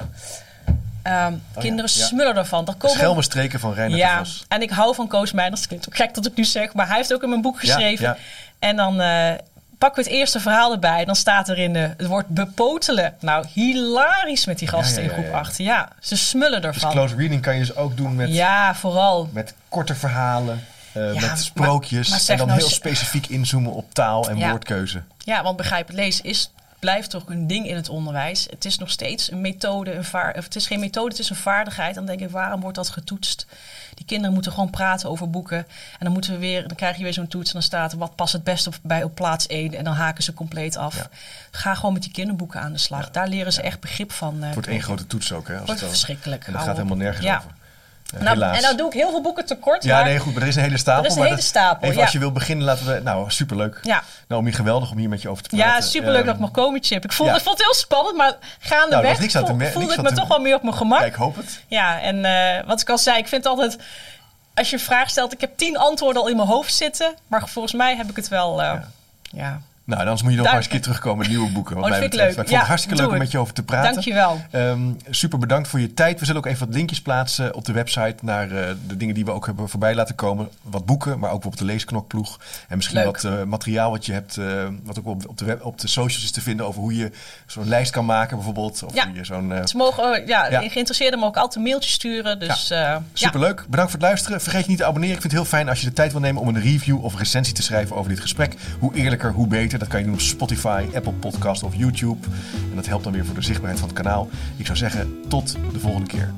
Um, oh, kinderen ja. smullen ervan. Daar komen... Schelmenstreken van Reinhard ja. de Vos. En ik hou van Koos Meijnerts. Het klinkt ook gek dat ik nu zeg. Maar hij heeft ook in mijn boek geschreven. Ja, ja. En dan... Uh, pakken we het eerste verhaal erbij. Dan staat er in de, het woord bepotelen. Nou, hilarisch met die gasten ja, ja, ja, ja. in groep acht. Ja, ze smullen ervan. Dus close reading kan je dus ook doen met... Ja, vooral. Met korte verhalen. Uh, ja, met sprookjes. Maar, maar en dan nou heel specifiek inzoomen op taal en ja. woordkeuze. Ja, want begrijpend lezen is blijft toch een ding in het onderwijs. Het is nog steeds een methode, een vaar, of het is geen methode, het is een vaardigheid. Dan denk ik, waarom wordt dat getoetst? Die kinderen moeten gewoon praten over boeken. En dan moeten we weer, dan krijg je weer zo'n toets en dan staat er wat past het best op, bij op plaats één. En dan haken ze compleet af. Ja. Ga gewoon met die kinderboeken aan de slag. Ja. Daar leren ze ja. echt begrip van. Uh, het wordt één grote toets ook. Hè, als wordt het verschrikkelijk. En dat gaat helemaal nergens ja. over. Uh, nou, en nou doe ik heel veel boeken tekort. Ja, nee, goed, maar er is een hele stapel. Er is een maar hele dat, stapel, Even ja. als je wil beginnen, laten we... Nou, superleuk. Ja. Naomi, geweldig om hier met je over te praten. Ja, superleuk um, dat ik mag komen, Chip. Ik vond, ja. ik vond het heel spannend, maar gaandeweg nou, voel, me- voelde ik me te... toch wel meer op mijn gemak. Ja, ik hoop het. Ja, en uh, wat ik al zei, ik vind altijd... Als je een vraag stelt, ik heb tien antwoorden al in mijn hoofd zitten. Maar volgens mij heb ik het wel... Uh, ja. ja. Nou, anders moet je nog maar eens een keer terugkomen met nieuwe boeken. Wat oh, dat mij vind ik leuk. Maar ik vond het ja, hartstikke leuk om met je over te praten. Dank je wel. Um, super bedankt voor je tijd. We zullen ook even wat linkjes plaatsen op de website naar uh, de dingen die we ook hebben voorbij laten komen. Wat boeken, maar ook bijvoorbeeld de leesknokploeg. En misschien leuk. wat uh, materiaal wat je hebt, uh, wat ook op, op, de web, op de socials is te vinden over hoe je zo'n lijst kan maken bijvoorbeeld. Of ja. hoe je zo'n, uh, Ze mogen, ja, ja. geïnteresseerden mogen ook altijd een mailtje sturen. Dus, ja. Uh, Superleuk. Ja. Bedankt voor het luisteren. Vergeet je niet te abonneren. Ik vind het heel fijn als je de tijd wil nemen om een review of recensie te schrijven over dit gesprek. Hoe eerlijker, hoe beter. Dat kan je doen op Spotify, Apple Podcast of YouTube. En dat helpt dan weer voor de zichtbaarheid van het kanaal. Ik zou zeggen, tot de volgende keer.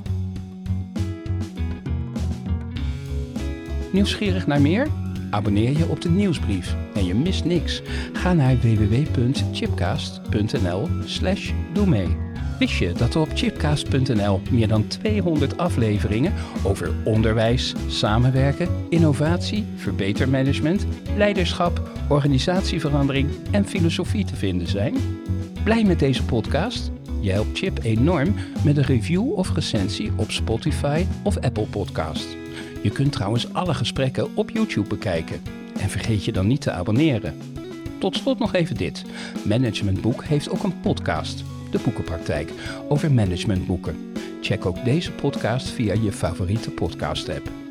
Nieuwsgierig naar meer? Abonneer je op de nieuwsbrief en je mist niks. Ga naar w w w punt chipcast punt n l slash doe mee. Wist je dat er op chipcast punt n l meer dan tweehonderd afleveringen over onderwijs, samenwerken, innovatie, verbetermanagement, leiderschap, organisatieverandering en filosofie te vinden zijn? Blij met deze podcast? Je helpt Chip enorm met een review of recensie op Spotify of Apple Podcast. Je kunt trouwens alle gesprekken op YouTube bekijken. En vergeet je dan niet te abonneren. Tot slot nog even dit. Managementboek heeft ook een podcast, De Boekenpraktijk, over managementboeken. Check ook deze podcast via je favoriete podcast-app.